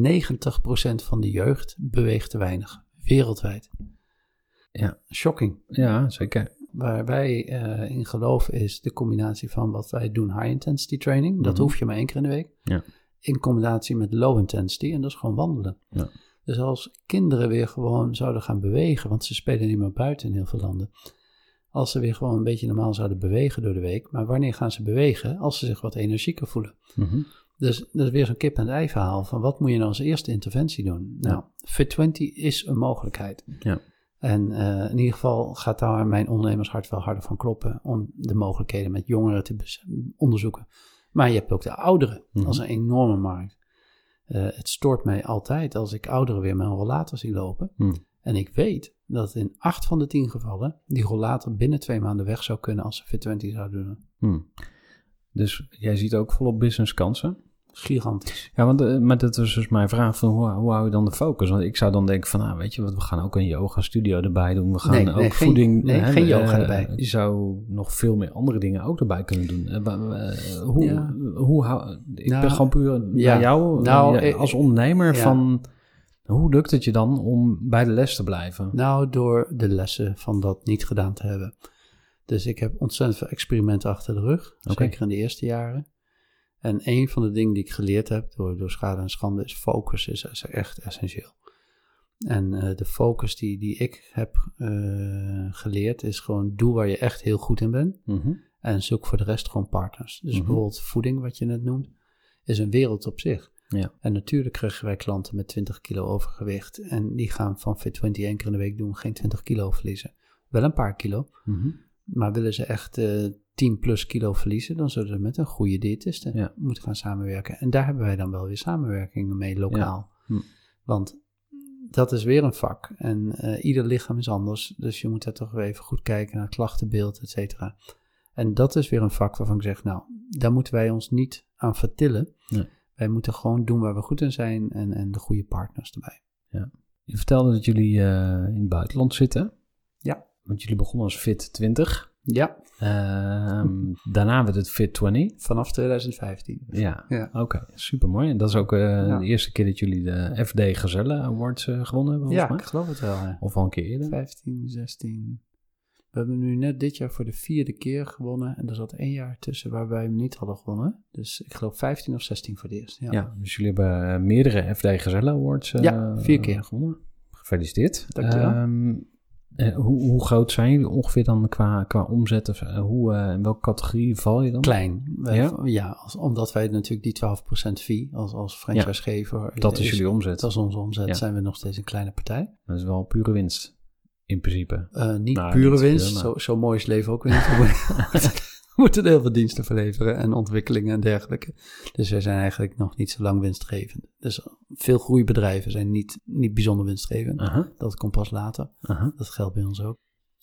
van de jeugd beweegt te weinig, wereldwijd. Ja, shocking. Ja, zeker. Waar wij in geloven is de combinatie van wat wij doen, high intensity training. Dat hoef je maar 1 keer in de week. Ja. In combinatie met low intensity, en dat is gewoon wandelen. Ja. Dus als kinderen weer gewoon zouden gaan bewegen, want ze spelen niet meer buiten in heel veel landen. Als ze weer gewoon een beetje normaal zouden bewegen door de week. Maar wanneer gaan ze bewegen? Als ze zich wat energieker voelen. Mm-hmm. Dus dat is weer zo'n kip en ei verhaal van wat moet je nou als eerste interventie doen? Nou, Fit20 is een mogelijkheid. Ja. En in ieder geval gaat daar mijn ondernemershart wel harder van kloppen om de mogelijkheden met jongeren te onderzoeken. Maar je hebt ook de ouderen als een enorme markt. Het stoort mij altijd als ik ouderen weer met een rollator zie lopen. En ik weet dat in 8 van de 10 gevallen die rollator binnen 2 maanden weg zou kunnen als ze Fit20 zouden doen. Dus jij ziet ook volop businesskansen? Gigantisch. Ja, maar dat is dus mijn vraag van hoe hou je dan de focus? Want ik zou dan denken van, weet je wat, we gaan ook een yoga studio erbij doen. We gaan ook voeding. Geen yoga erbij. Je zou nog veel meer andere dingen ook erbij kunnen doen. Ik ben gewoon puur bij jou als ondernemer van, hoe lukt het je dan om bij de les te blijven? Nou, door de lessen van dat niet gedaan te hebben. Dus ik heb ontzettend veel experimenten achter de rug. Zeker in de eerste jaren. En een van de dingen die ik geleerd heb door schade en schande is focus is echt essentieel. En de focus die ik heb geleerd is gewoon doe waar je echt heel goed in bent. Mm-hmm. En zoek voor de rest gewoon partners. Dus bijvoorbeeld voeding, wat je net noemt, is een wereld op zich. Ja. En natuurlijk krijgen wij klanten met 20 kilo overgewicht. En die gaan van Fit20 1 keer in de week doen, geen 20 kilo verliezen. Wel een paar kilo. Mm-hmm. Maar willen ze echt 10 plus kilo verliezen, dan zullen ze met een goede diëtiste moeten gaan samenwerken. En daar hebben wij dan wel weer samenwerkingen mee lokaal. Ja. Want dat is weer een vak. En ieder lichaam is anders. Dus je moet daar toch weer even goed kijken naar het klachtenbeeld, et cetera. En dat is weer een vak waarvan ik zeg, nou, daar moeten wij ons niet aan vertillen. Nee. Wij moeten gewoon doen waar we goed in zijn en de goede partners erbij. Ja. Je vertelde dat jullie in het buitenland zitten. Ja. Want jullie begonnen als Fit20. Ja. Daarna werd het Fit20. Vanaf 2015. Ja. Oké. Supermooi. En dat is ook de eerste keer dat jullie de FD Gazelle Awards gewonnen hebben, volgens mij. Ik geloof het wel. Ja. Of al een keer eerder. 15, 16. We hebben nu net dit jaar voor de 4e keer gewonnen. En er zat 1 jaar tussen waar wij hem niet hadden gewonnen. Dus ik geloof 15 of 16 voor de eerste. Ja, dus jullie hebben meerdere FD Gazelle Awards 4 keer gewonnen. Gefeliciteerd. Dankjewel. Hoe groot zijn jullie ongeveer dan qua omzet? Of in welke categorie val je dan? Klein. Omdat wij natuurlijk die 12% fee als franchisegever... dat is jullie omzet. Dat is onze omzet. Zijn we nog steeds een kleine partij. Dat is wel pure winst, in principe. Niet pure winst. Zo mooi is leven ook weer niet. We moeten heel veel diensten verleveren en ontwikkelingen en dergelijke. Dus wij zijn eigenlijk nog niet zo lang winstgevend. Dus veel groeibedrijven zijn niet bijzonder winstgevend. Dat komt pas later. Dat geldt bij ons ook.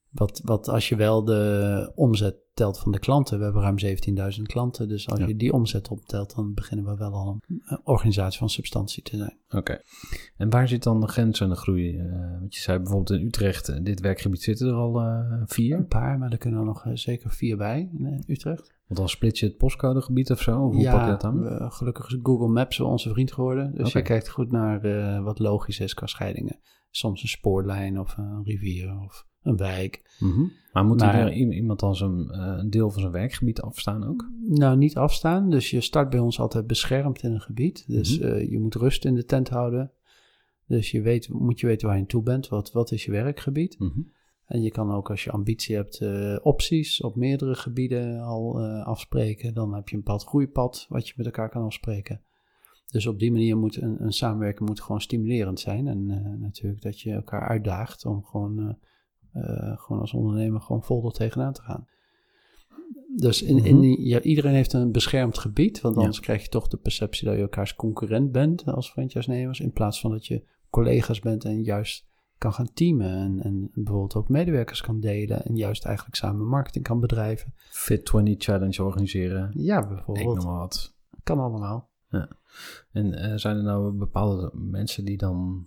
Wat als je wel de omzet telt van de klanten. We hebben ruim 17.000 klanten. Dus als je die omzet optelt, dan beginnen we wel al een organisatie van substantie te zijn. Oké. En waar zit dan de grens aan de groei? Want je zei bijvoorbeeld in Utrecht, dit werkgebied zitten er al 4. Een paar, maar er kunnen er nog zeker 4 bij in Utrecht. Want dan split je het postcodegebied of zo? Of hoe pak je dat aan? Gelukkig is Google Maps onze vriend geworden. Dus je kijkt goed naar wat logisch is qua scheidingen. Soms een spoorlijn of een rivier of een wijk. Mm-hmm. Maar moet iemand dan een deel van zijn werkgebied afstaan ook? Nou, niet afstaan. Dus je start bij ons altijd beschermd in een gebied. Dus je moet rust in de tent houden. Dus moet je weten waar je aan toe bent. Wat is je werkgebied? Mm-hmm. En je kan ook als je ambitie hebt opties op meerdere gebieden al afspreken. Dan heb je een bepaald groeipad wat je met elkaar kan afspreken. Dus op die manier moet een samenwerking moet gewoon stimulerend zijn. En natuurlijk dat je elkaar uitdaagt om gewoon als ondernemer gewoon vol er tegenaan te gaan. Dus iedereen heeft een beschermd gebied. Want anders krijg je toch de perceptie dat je elkaars concurrent bent als franchise-nemers. In plaats van dat je collega's bent en juist kan gaan teamen. En bijvoorbeeld ook medewerkers kan delen. En juist eigenlijk samen marketing kan bedrijven. Fit 20 Challenge organiseren. Ja, bijvoorbeeld. Ik noem maar wat. Kan allemaal. Ja. En zijn er nou bepaalde mensen die dan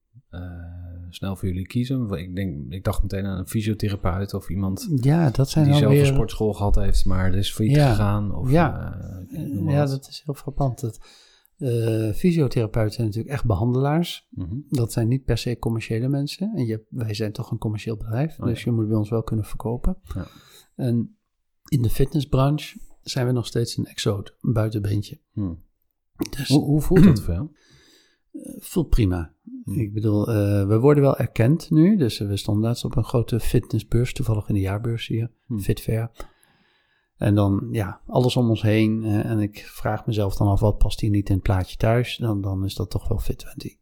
snel voor jullie kiezen? Ik dacht meteen aan een fysiotherapeut of iemand dat zijn die zelf weer een sportschool gehad heeft, maar er is failliet gegaan. Of, dat is heel frappant. Fysiotherapeuten zijn natuurlijk echt behandelaars. Mm-hmm. Dat zijn niet per se commerciële mensen. En wij zijn toch een commercieel bedrijf, dus je moet bij ons wel kunnen verkopen. Ja. En in de fitnessbranche zijn we nog steeds een exoot, een buitenbeentje. Dus, hoe voelt dat voor jou? Voelt prima. Ik bedoel, we worden wel erkend nu. Dus we stonden laatst op een grote fitnessbeurs, toevallig in de jaarbeurs hier, Fitfair. En dan, alles om ons heen. En ik vraag mezelf dan af, wat past hier niet in het plaatje thuis? Dan is dat toch wel Fit 20.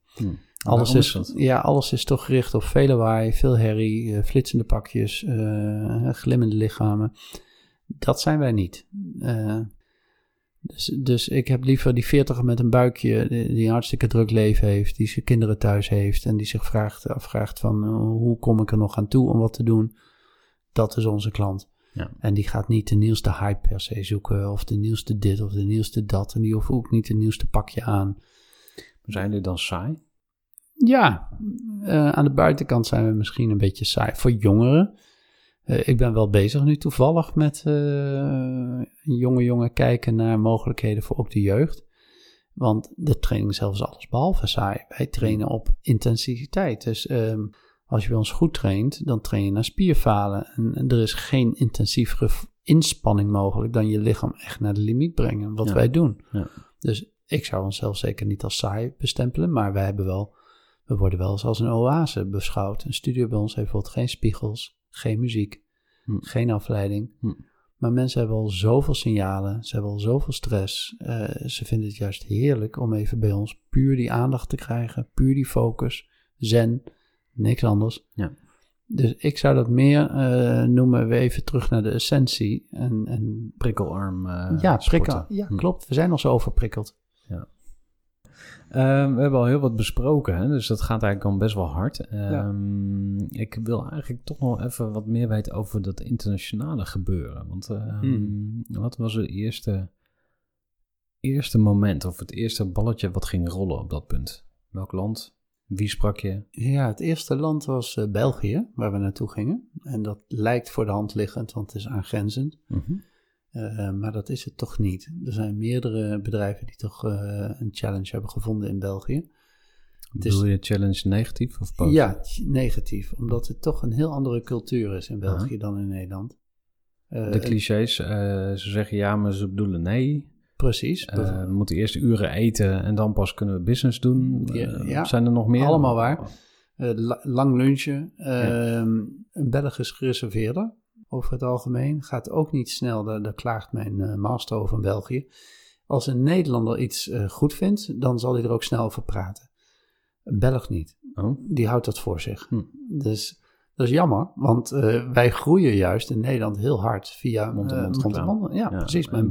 Alles is toch gericht op veel lawaai, veel herrie, flitsende pakjes, glimmende lichamen. Dat zijn wij niet. Dus ik heb liever die 40er met een buikje die een hartstikke druk leven heeft, die zijn kinderen thuis heeft en die zich afvraagt van hoe kom ik er nog aan toe om wat te doen. Dat is onze klant. Ja. En die gaat niet de nieuwste hype per se zoeken of de nieuwste dit of de nieuwste dat. En die hoeft ook niet de nieuwste pakje aan. Zijn jullie dan saai? Ja, aan de buitenkant zijn we misschien een beetje saai voor jongeren. Ik ben wel bezig nu toevallig met een jonge kijken naar mogelijkheden voor ook de jeugd. Want de training zelf is alles behalve saai. Wij trainen op intensiteit. Dus als je bij ons goed traint, dan train je naar spierfalen. En er is geen intensievere inspanning mogelijk dan je lichaam echt naar de limiet brengen. Wat wij doen. Ja. Dus ik zou onszelf zeker niet als saai bestempelen. Maar we worden wel eens als een oase beschouwd. Een studio bij ons heeft bijvoorbeeld geen spiegels. Geen muziek, geen afleiding. Maar mensen hebben al zoveel signalen, ze hebben al zoveel stress. Ze vinden het juist heerlijk om even bij ons puur die aandacht te krijgen, puur die focus, zen, niks anders. Ja. Dus ik zou dat meer noemen, we even terug naar de essentie. En prikkelarm prikkel. Ja, klopt. We zijn al zo overprikkeld. Ja. We hebben al heel wat besproken, hè? Dus dat gaat eigenlijk al best wel hard. Ik wil eigenlijk toch nog even wat meer weten over dat internationale gebeuren. Want wat was het eerste moment of het eerste balletje wat ging rollen op dat punt? Welk land? Wie sprak je? Ja, het eerste land was België, waar we naartoe gingen. En dat lijkt voor de hand liggend, want het is aangrenzend. Mm-hmm. Maar dat is het toch niet. Er zijn meerdere bedrijven die toch een challenge hebben gevonden in België. Bedoel je challenge negatief of positief? Ja, negatief. Omdat het toch een heel andere cultuur is in België dan in Nederland. De clichés, ze zeggen ja, maar ze bedoelen nee. Precies. We moeten eerst uren eten en dan pas kunnen we business doen. Zijn er nog meer? Allemaal waar. Lang lunchen. Een Belg is gereserveerder. Over het algemeen. Gaat ook niet snel, daar klaagt mijn master over in België. Als een Nederlander iets goed vindt, dan zal hij er ook snel over praten. Een Belg niet. Oh. Die houdt dat voor zich. Dus dat is jammer, want wij groeien juist in Nederland heel hard via mond-to-mond. Ja, precies. Maar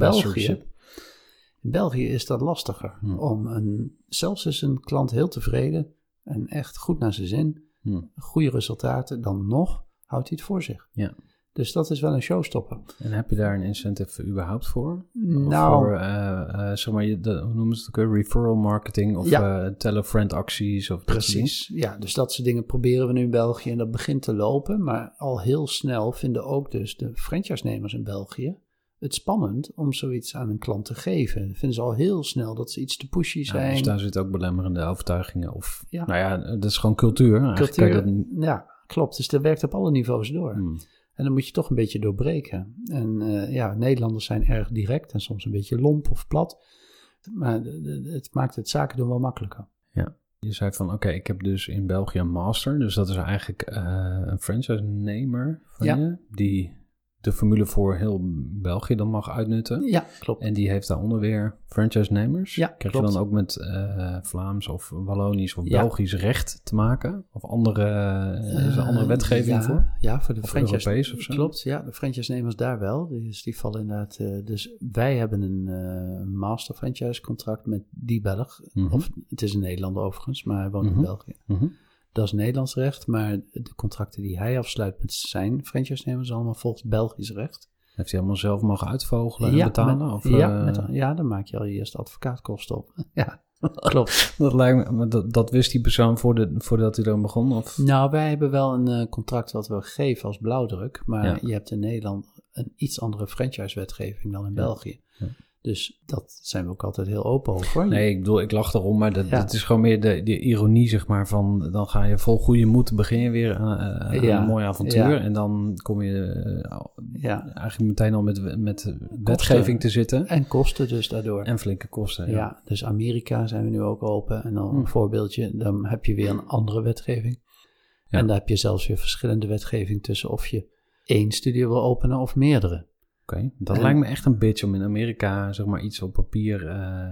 in België is dat lastiger. Zelfs is een klant heel tevreden en echt goed naar zijn zin. Goede resultaten, dan nog houdt hij het voor zich. Ja. Dus dat is wel een showstopper. En heb je daar een incentive überhaupt voor? Nou, of voor, zeg maar, hoe noemen ze het ook? Referral marketing of tell a friend acties? Of precies, ja. Dus dat soort dingen proberen we nu in België en dat begint te lopen. Maar al heel snel vinden ook dus de franchise-nemers in België het spannend om zoiets aan een klant te geven. Dan vinden ze al heel snel dat ze iets te pushy zijn. Dus daar zitten ook belemmerende overtuigingen. Of, nou ja, dat is gewoon cultuur. Ja, klopt. Dus dat werkt op alle niveaus door. En dan moet je toch een beetje doorbreken. En Nederlanders zijn erg direct en soms een beetje lomp of plat. Maar het maakt het zaken doen wel makkelijker. Ja, je zei van oké, ik heb dus in België een master. Dus dat is eigenlijk een franchise-nemer van je. Die de formule voor heel België dan mag uitnutten. Ja, klopt. En die heeft daaronder weer franchise-nemers. Ja, krijg klopt. je dan ook met Vlaams of Wallonisch of Belgisch recht te maken? Of andere, is er andere wetgeving voor? Ja, voor de franchise. Europees of zo? Klopt, ja. De franchise-nemers daar wel. Dus die vallen inderdaad. Dus wij hebben een master franchise contract met die Belg. Of het is een Nederlander overigens, maar hij woont in België. Dat is Nederlands recht, maar de contracten die hij afsluit met zijn franchise-nemers allemaal volgens Belgisch recht. Heeft hij allemaal zelf mogen uitvogelen en betalen? Dan maak je al je eerste advocaatkosten op. Ja, klopt. Dat lijkt me, maar dat wist die persoon voordat hij dan begon? Of? Nou, wij hebben wel een contract wat we geven als blauwdruk, maar je hebt in Nederland een iets andere franchise-wetgeving dan in België. Ja. Dus dat zijn we ook altijd heel open over. Nee, ik bedoel, ik lach erom, maar dat is gewoon meer de ironie, zeg maar, van dan ga je vol goede moed, begin je weer een mooi avontuur en dan kom je eigenlijk meteen al met wetgeving te zitten. En kosten dus daardoor. En flinke kosten, ja. Dus Amerika zijn we nu ook open en dan een voorbeeldje, dan heb je weer een andere wetgeving. Ja. En daar heb je zelfs weer verschillende wetgeving tussen of je 1 studio wil openen of meerdere. Oké, dat lijkt me echt een bitch om in Amerika, zeg maar, iets op papier,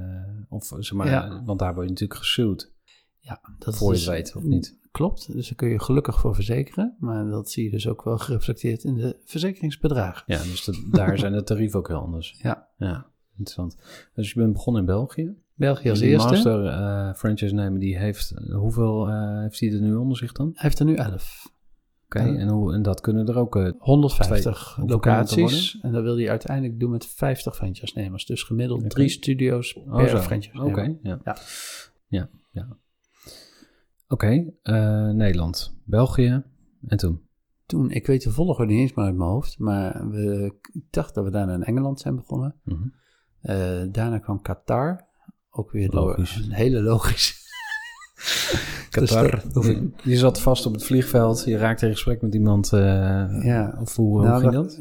of zeg maar, want daar word je natuurlijk gesuwd. Ja, dat voor je het weet, of niet? Klopt, dus daar kun je gelukkig voor verzekeren, maar dat zie je dus ook wel gereflecteerd in de verzekeringsbedragen. Ja, dus daar zijn de tarieven ook heel anders. Ja, interessant. Dus je bent begonnen in België. België als eerste. Die master franchise-nemer, die heeft, hoeveel heeft hij er nu onder zich dan? Hij heeft er nu 11. Oké, en dat kunnen er ook 150 locaties. En dat wil hij uiteindelijk doen met 50 franchise-nemers. Dus gemiddeld 3 studio's per franchise-nemer. Oké, ja. Oké, Nederland, België en toen? Toen, ik weet de volgorde niet eens meer uit mijn hoofd. Maar ik dacht dat we daarna in Engeland zijn begonnen. Daarna kwam Qatar. Ook weer door een hele logische... Qatar, je zat vast op het vliegveld, je raakte in gesprek met iemand. Of hoe ging dat?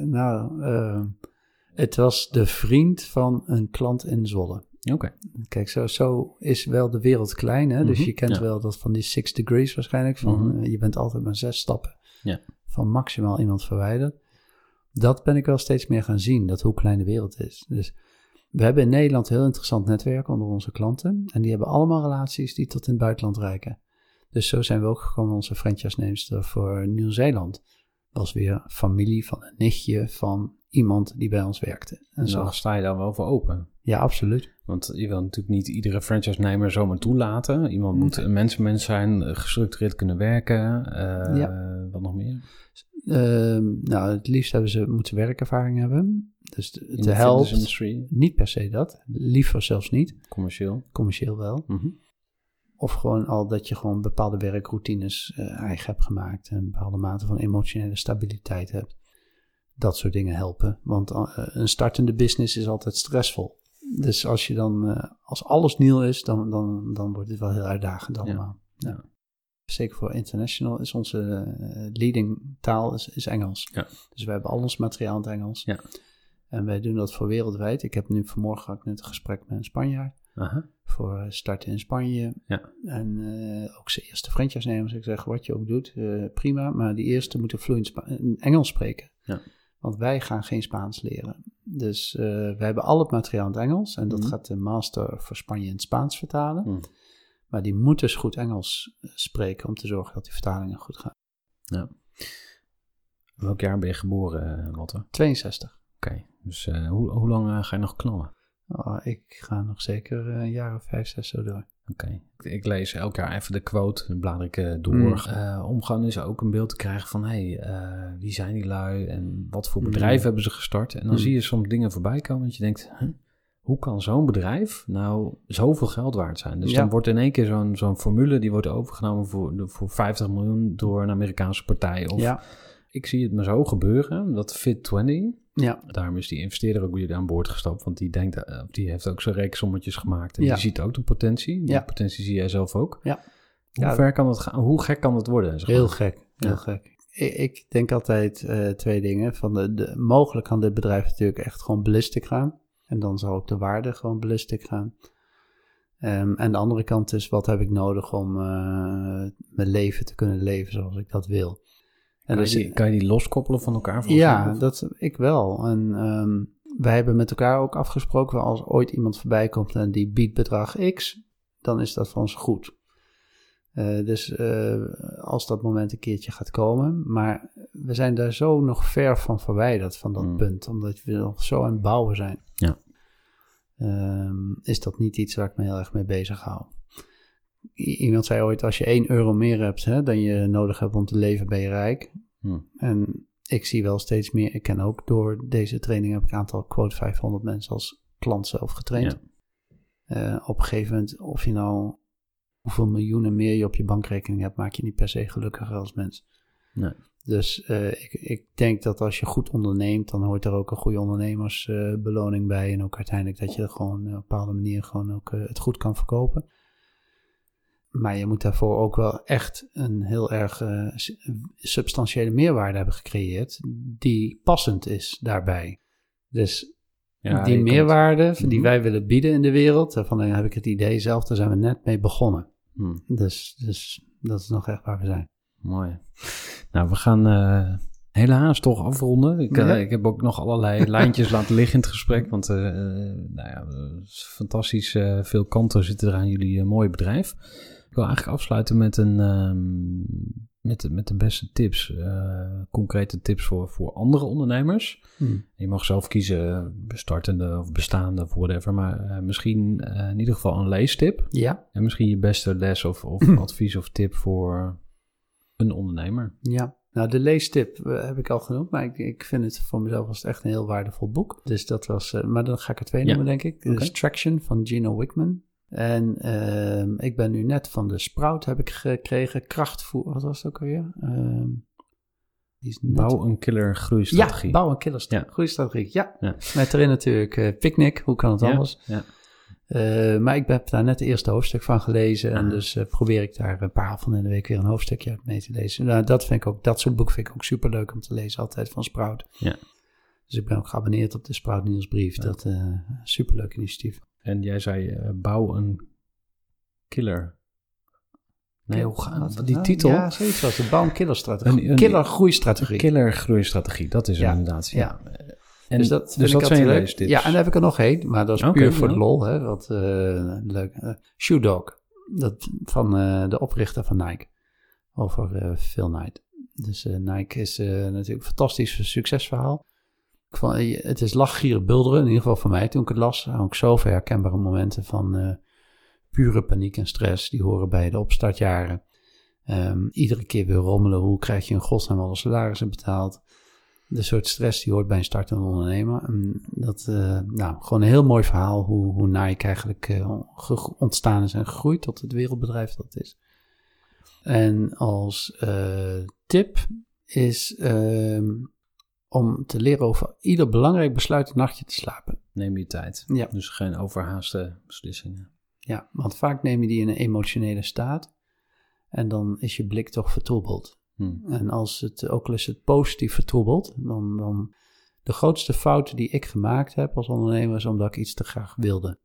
Het was de vriend van een klant in Zwolle. Oké. Kijk, zo is wel de wereld klein. Hè? Dus je kent wel dat van die 6 degrees waarschijnlijk. Van, je bent altijd maar 6 stappen van maximaal iemand verwijderd. Dat ben ik wel steeds meer gaan zien, dat hoe klein de wereld is. Dus we hebben in Nederland een heel interessant netwerk onder onze klanten. En die hebben allemaal relaties die tot in het buitenland reiken. Dus zo zijn we ook gekomen, onze franchise-neemster voor Nieuw-Zeeland. Was weer familie van een nichtje van iemand die bij ons werkte. En zo sta je daar wel voor open. Ja, absoluut. Want je wil natuurlijk niet iedere franchise-nemer zomaar toelaten. Iemand moet een mensenmens zijn, gestructureerd kunnen werken. Wat nog meer? Het liefst hebben ze moeten werkervaring hebben. Dus in de fitnessindustrie? Niet per se dat. Liever zelfs niet. Commercieel wel. Of gewoon al dat je gewoon bepaalde werkroutines eigen hebt gemaakt. En een bepaalde mate van emotionele stabiliteit hebt. Dat soort dingen helpen. Want een startende business is altijd stressvol. Dus als je als alles nieuw is, dan wordt het wel heel uitdagend allemaal. Ja. Zeker voor international is onze leading taal is Engels. Ja. Dus we hebben al ons materiaal in het Engels. Ja. En wij doen dat voor wereldwijd. Ik heb nu vanmorgen gehad net een gesprek met een Spanjaard. Voor starten in Spanje. Ja. En ook zijn eerste franchise-nemers. Ik zeg, wat je ook doet, prima. Maar die eerste moeten vloeiend Engels spreken. Ja. Want wij gaan geen Spaans leren. Dus wij hebben al het materiaal in het Engels. En dat gaat de master voor Spanje in het Spaans vertalen. Maar die moet dus goed Engels spreken om te zorgen dat die vertalingen goed gaan. Ja. Welk jaar ben je geboren, Walter? 62. Oké, dus hoe lang ga je nog knallen? Ik ga nog zeker een jaar of 5, 6 zo door. Oké. Ik lees elk jaar even de quote, dan blader ik door. Om gewoon eens ook een beeld te krijgen van... wie zijn die lui en wat voor bedrijf hebben ze gestart? En dan zie je soms dingen voorbij komen dat je denkt... hoe kan zo'n bedrijf nou zoveel geld waard zijn? Dus dan wordt in één keer zo'n formule... die wordt overgenomen voor 50 miljoen door een Amerikaanse partij. Of ik zie het maar zo gebeuren, dat Fit20... Ja. Daarom is die investeerder ook weer aan boord gestapt. Want die heeft ook zijn rekensommetjes gemaakt. En die ziet ook de potentie. Die potentie zie jij zelf ook. Ja. Hoe ver kan dat gaan? Hoe gek kan dat worden? Heel gek. Heel gek. Ik denk altijd 2 dingen. Mogelijk kan dit bedrijf natuurlijk echt gewoon ballistic gaan. En dan zal ook de waarde gewoon ballistic gaan. En de andere kant is, wat heb ik nodig om mijn leven te kunnen leven zoals ik dat wil? Kan je die loskoppelen van elkaar? Ja, ik wel. En wij hebben met elkaar ook afgesproken... als ooit iemand voorbij komt en die biedt bedrag X... dan is dat voor ons goed. Dus als dat moment een keertje gaat komen... maar we zijn daar zo nog ver van verwijderd van dat punt... omdat we nog zo aan het bouwen zijn. Ja. Is dat niet iets waar ik me heel erg mee bezig hou. Iemand zei ooit, als je 1 euro meer hebt dan je nodig hebt om te leven, ben je rijk. En ik zie wel steeds meer, ik ken ook door deze training heb ik een aantal quote 500 mensen als klant zelf getraind. Ja. Op een gegeven moment, of je nou hoeveel miljoenen meer je op je bankrekening hebt, maak je niet per se gelukkiger als mens. Nee. Dus ik denk dat als je goed onderneemt, dan hoort er ook een goede ondernemersbeloning bij. En ook uiteindelijk dat je er gewoon op een bepaalde manier gewoon ook het goed kan verkopen. Maar je moet daarvoor ook wel echt een heel erg substantiële meerwaarde hebben gecreëerd die passend is daarbij. Dus die meerwaarde die wij willen bieden in de wereld, daarvan heb ik het idee zelf, daar zijn we net mee begonnen. Dus dat is nog echt waar we zijn. Mooi. Nou, we gaan helaas toch afronden. Ik heb ook nog allerlei lijntjes laten liggen in het gesprek, want fantastisch veel kanten zitten er aan jullie mooie bedrijf. Ik wil eigenlijk afsluiten met de beste tips, concrete tips voor andere ondernemers. Je mag zelf kiezen, bestartende of bestaande of whatever, maar misschien in ieder geval een leestip. Ja. En misschien je beste les of advies of tip voor een ondernemer. Ja, nou de leestip heb ik al genoemd, maar ik vind het voor mezelf was het echt een heel waardevol boek. Dus dat was, maar dan ga ik er 2 noemen denk ik. Okay. Dus Traction van Gino Wickman. En ik ben nu net van de Sprout heb ik gekregen. Krachtvoer, wat was het ook alweer? Bouw een killer groeistrategie. Ja, bouw een killer groeistrategie. Ja. Met erin natuurlijk Picnic, hoe kan het anders? Ja. Maar ik heb daar net het eerste hoofdstuk van gelezen. En dus probeer ik daar een paar avonden in de week weer een hoofdstukje uit mee te lezen. Nou, dat soort boeken vind ik ook super leuk om te lezen, altijd van Sprout. Ja. Dus ik ben ook geabonneerd op de Sprout nieuwsbrief. Ja. Dat super leuk initiatief. En jij zei, bouw een killer. Nee, hoe gaat die titel? Ja, zoiets was het. Bouw een killerstrategie. Killer groeistrategie. Killer groeistrategie, dat is inderdaad. Ja. En dus dat zijn je leestips. Ja, en dan heb ik er nog 1, maar dat is puur voor de lol. Hè, wat leuk. Shoe Dog, van de oprichter van Nike. Over Phil Knight. Dus Nike is natuurlijk een fantastisch succesverhaal. Het is lachgieren bulderen, in ieder geval voor mij toen ik het las. Ook zoveel herkenbare momenten van pure paniek en stress. Die horen bij de opstartjaren. Iedere keer weer rommelen. Hoe krijg je in godsnaam alle salarissen betaald? De soort stress die hoort bij een startende ondernemer. Dat gewoon een heel mooi verhaal hoe Nike eigenlijk ontstaan is en gegroeid tot het wereldbedrijf dat het is. En als tip is om te leren over ieder belangrijk besluit een nachtje te slapen. Neem je tijd. Ja. Dus geen overhaaste beslissingen. Ja, want vaak neem je die in een emotionele staat. En dan is je blik toch vertroebeld. En als het ook al is het positief vertroebeld, dan de grootste fouten die ik gemaakt heb als ondernemer is omdat ik iets te graag wilde.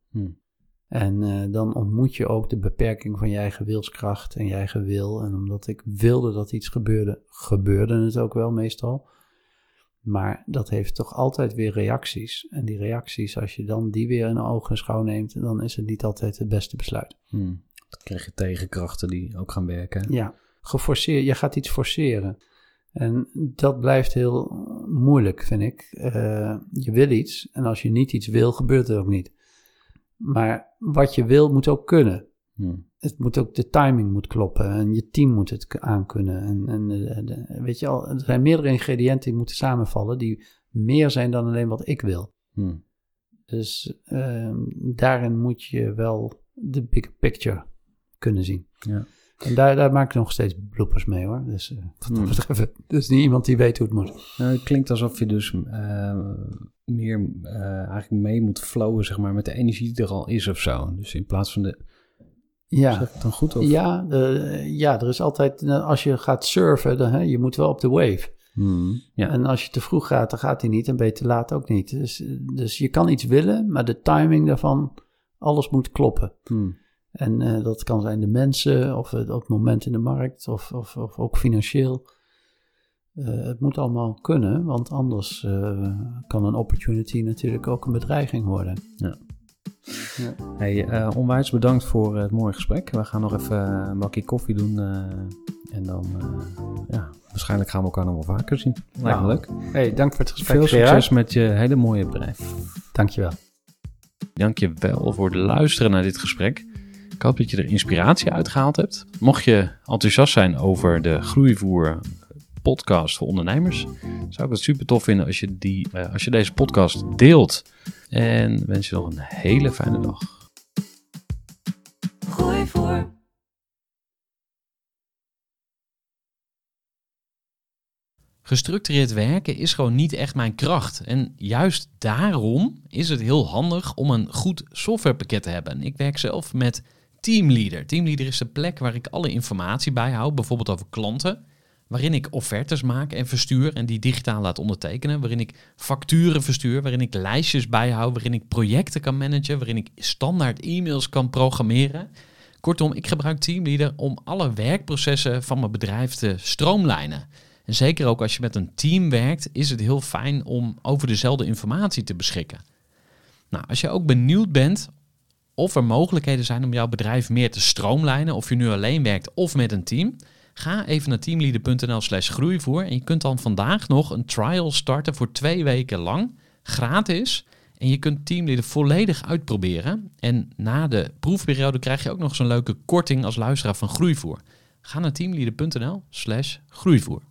En dan ontmoet je ook de beperking van je eigen wilskracht en je eigen wil. En omdat ik wilde dat iets gebeurde, gebeurde het ook wel meestal. Maar dat heeft toch altijd weer reacties. En die reacties, als je dan die weer in ogenschouw neemt, dan is het niet altijd het beste besluit. Dan krijg je tegenkrachten die ook gaan werken. Ja. Je gaat iets forceren. En dat blijft heel moeilijk, vind ik. Je wil iets en als je niet iets wil, gebeurt het ook niet. Maar wat je wil, moet ook kunnen. Het moet ook, de timing moet kloppen en je team moet het aankunnen. En weet je al, er zijn meerdere ingrediënten die moeten samenvallen die meer zijn dan alleen wat ik wil. Dus daarin moet je wel de big picture kunnen zien. Ja. En daar maak ik nog steeds bloopers mee hoor. Dus wat dat betreft, dus niet iemand die weet hoe het moet. Nou, het klinkt alsof je dus meer eigenlijk mee moet flowen, zeg maar, met de energie die er al is of zo. Dus in plaats van de... Ja, zeg ik het dan goed? Of? Ja, er is altijd, als je gaat surfen, dan, je moet wel op de wave. Ja. En als je te vroeg gaat, dan gaat hij niet en ben je te laat ook niet. Dus je kan iets willen, maar de timing daarvan, alles moet kloppen. En dat kan zijn de mensen of het moment in de markt of ook financieel. Het moet allemaal kunnen, want anders kan een opportunity natuurlijk ook een bedreiging worden. Ja. Ja. Hey, onwijs bedankt voor het mooie gesprek. We gaan nog even een bakje koffie doen en dan waarschijnlijk gaan we elkaar nog wel vaker zien. Lijkt me leuk. Hey, dank voor het gesprek. Veel succes met je hele mooie bedrijf. Dankjewel. Dankjewel voor het luisteren naar dit gesprek. Ik hoop dat je er inspiratie uitgehaald hebt. Mocht je enthousiast zijn over de Groeivoer podcast voor ondernemers, zou ik het super tof vinden als je deze podcast deelt. En wens je nog een hele fijne dag. Groeivoer. Gestructureerd werken is gewoon niet echt mijn kracht. En juist daarom is het heel handig om een goed softwarepakket te hebben. Ik werk zelf met Teamleader. Teamleader is de plek waar ik alle informatie bijhoud, bijvoorbeeld over klanten, waarin ik offertes maak en verstuur en die digitaal laat ondertekenen, waarin ik facturen verstuur, waarin ik lijstjes bijhoud, waarin ik projecten kan managen, waarin ik standaard e-mails kan programmeren. Kortom, ik gebruik Teamleader om alle werkprocessen van mijn bedrijf te stroomlijnen. En zeker ook als je met een team werkt, is het heel fijn om over dezelfde informatie te beschikken. Nou, als je ook benieuwd bent of er mogelijkheden zijn om jouw bedrijf meer te stroomlijnen, of je nu alleen werkt of met een team, ga even naar teamleader.nl/groeivoer en je kunt dan vandaag nog een trial starten voor 2 weken lang, gratis. En je kunt Teamleader volledig uitproberen. En na de proefperiode krijg je ook nog zo'n leuke korting als luisteraar van Groeivoer. Ga naar teamleader.nl/groeivoer.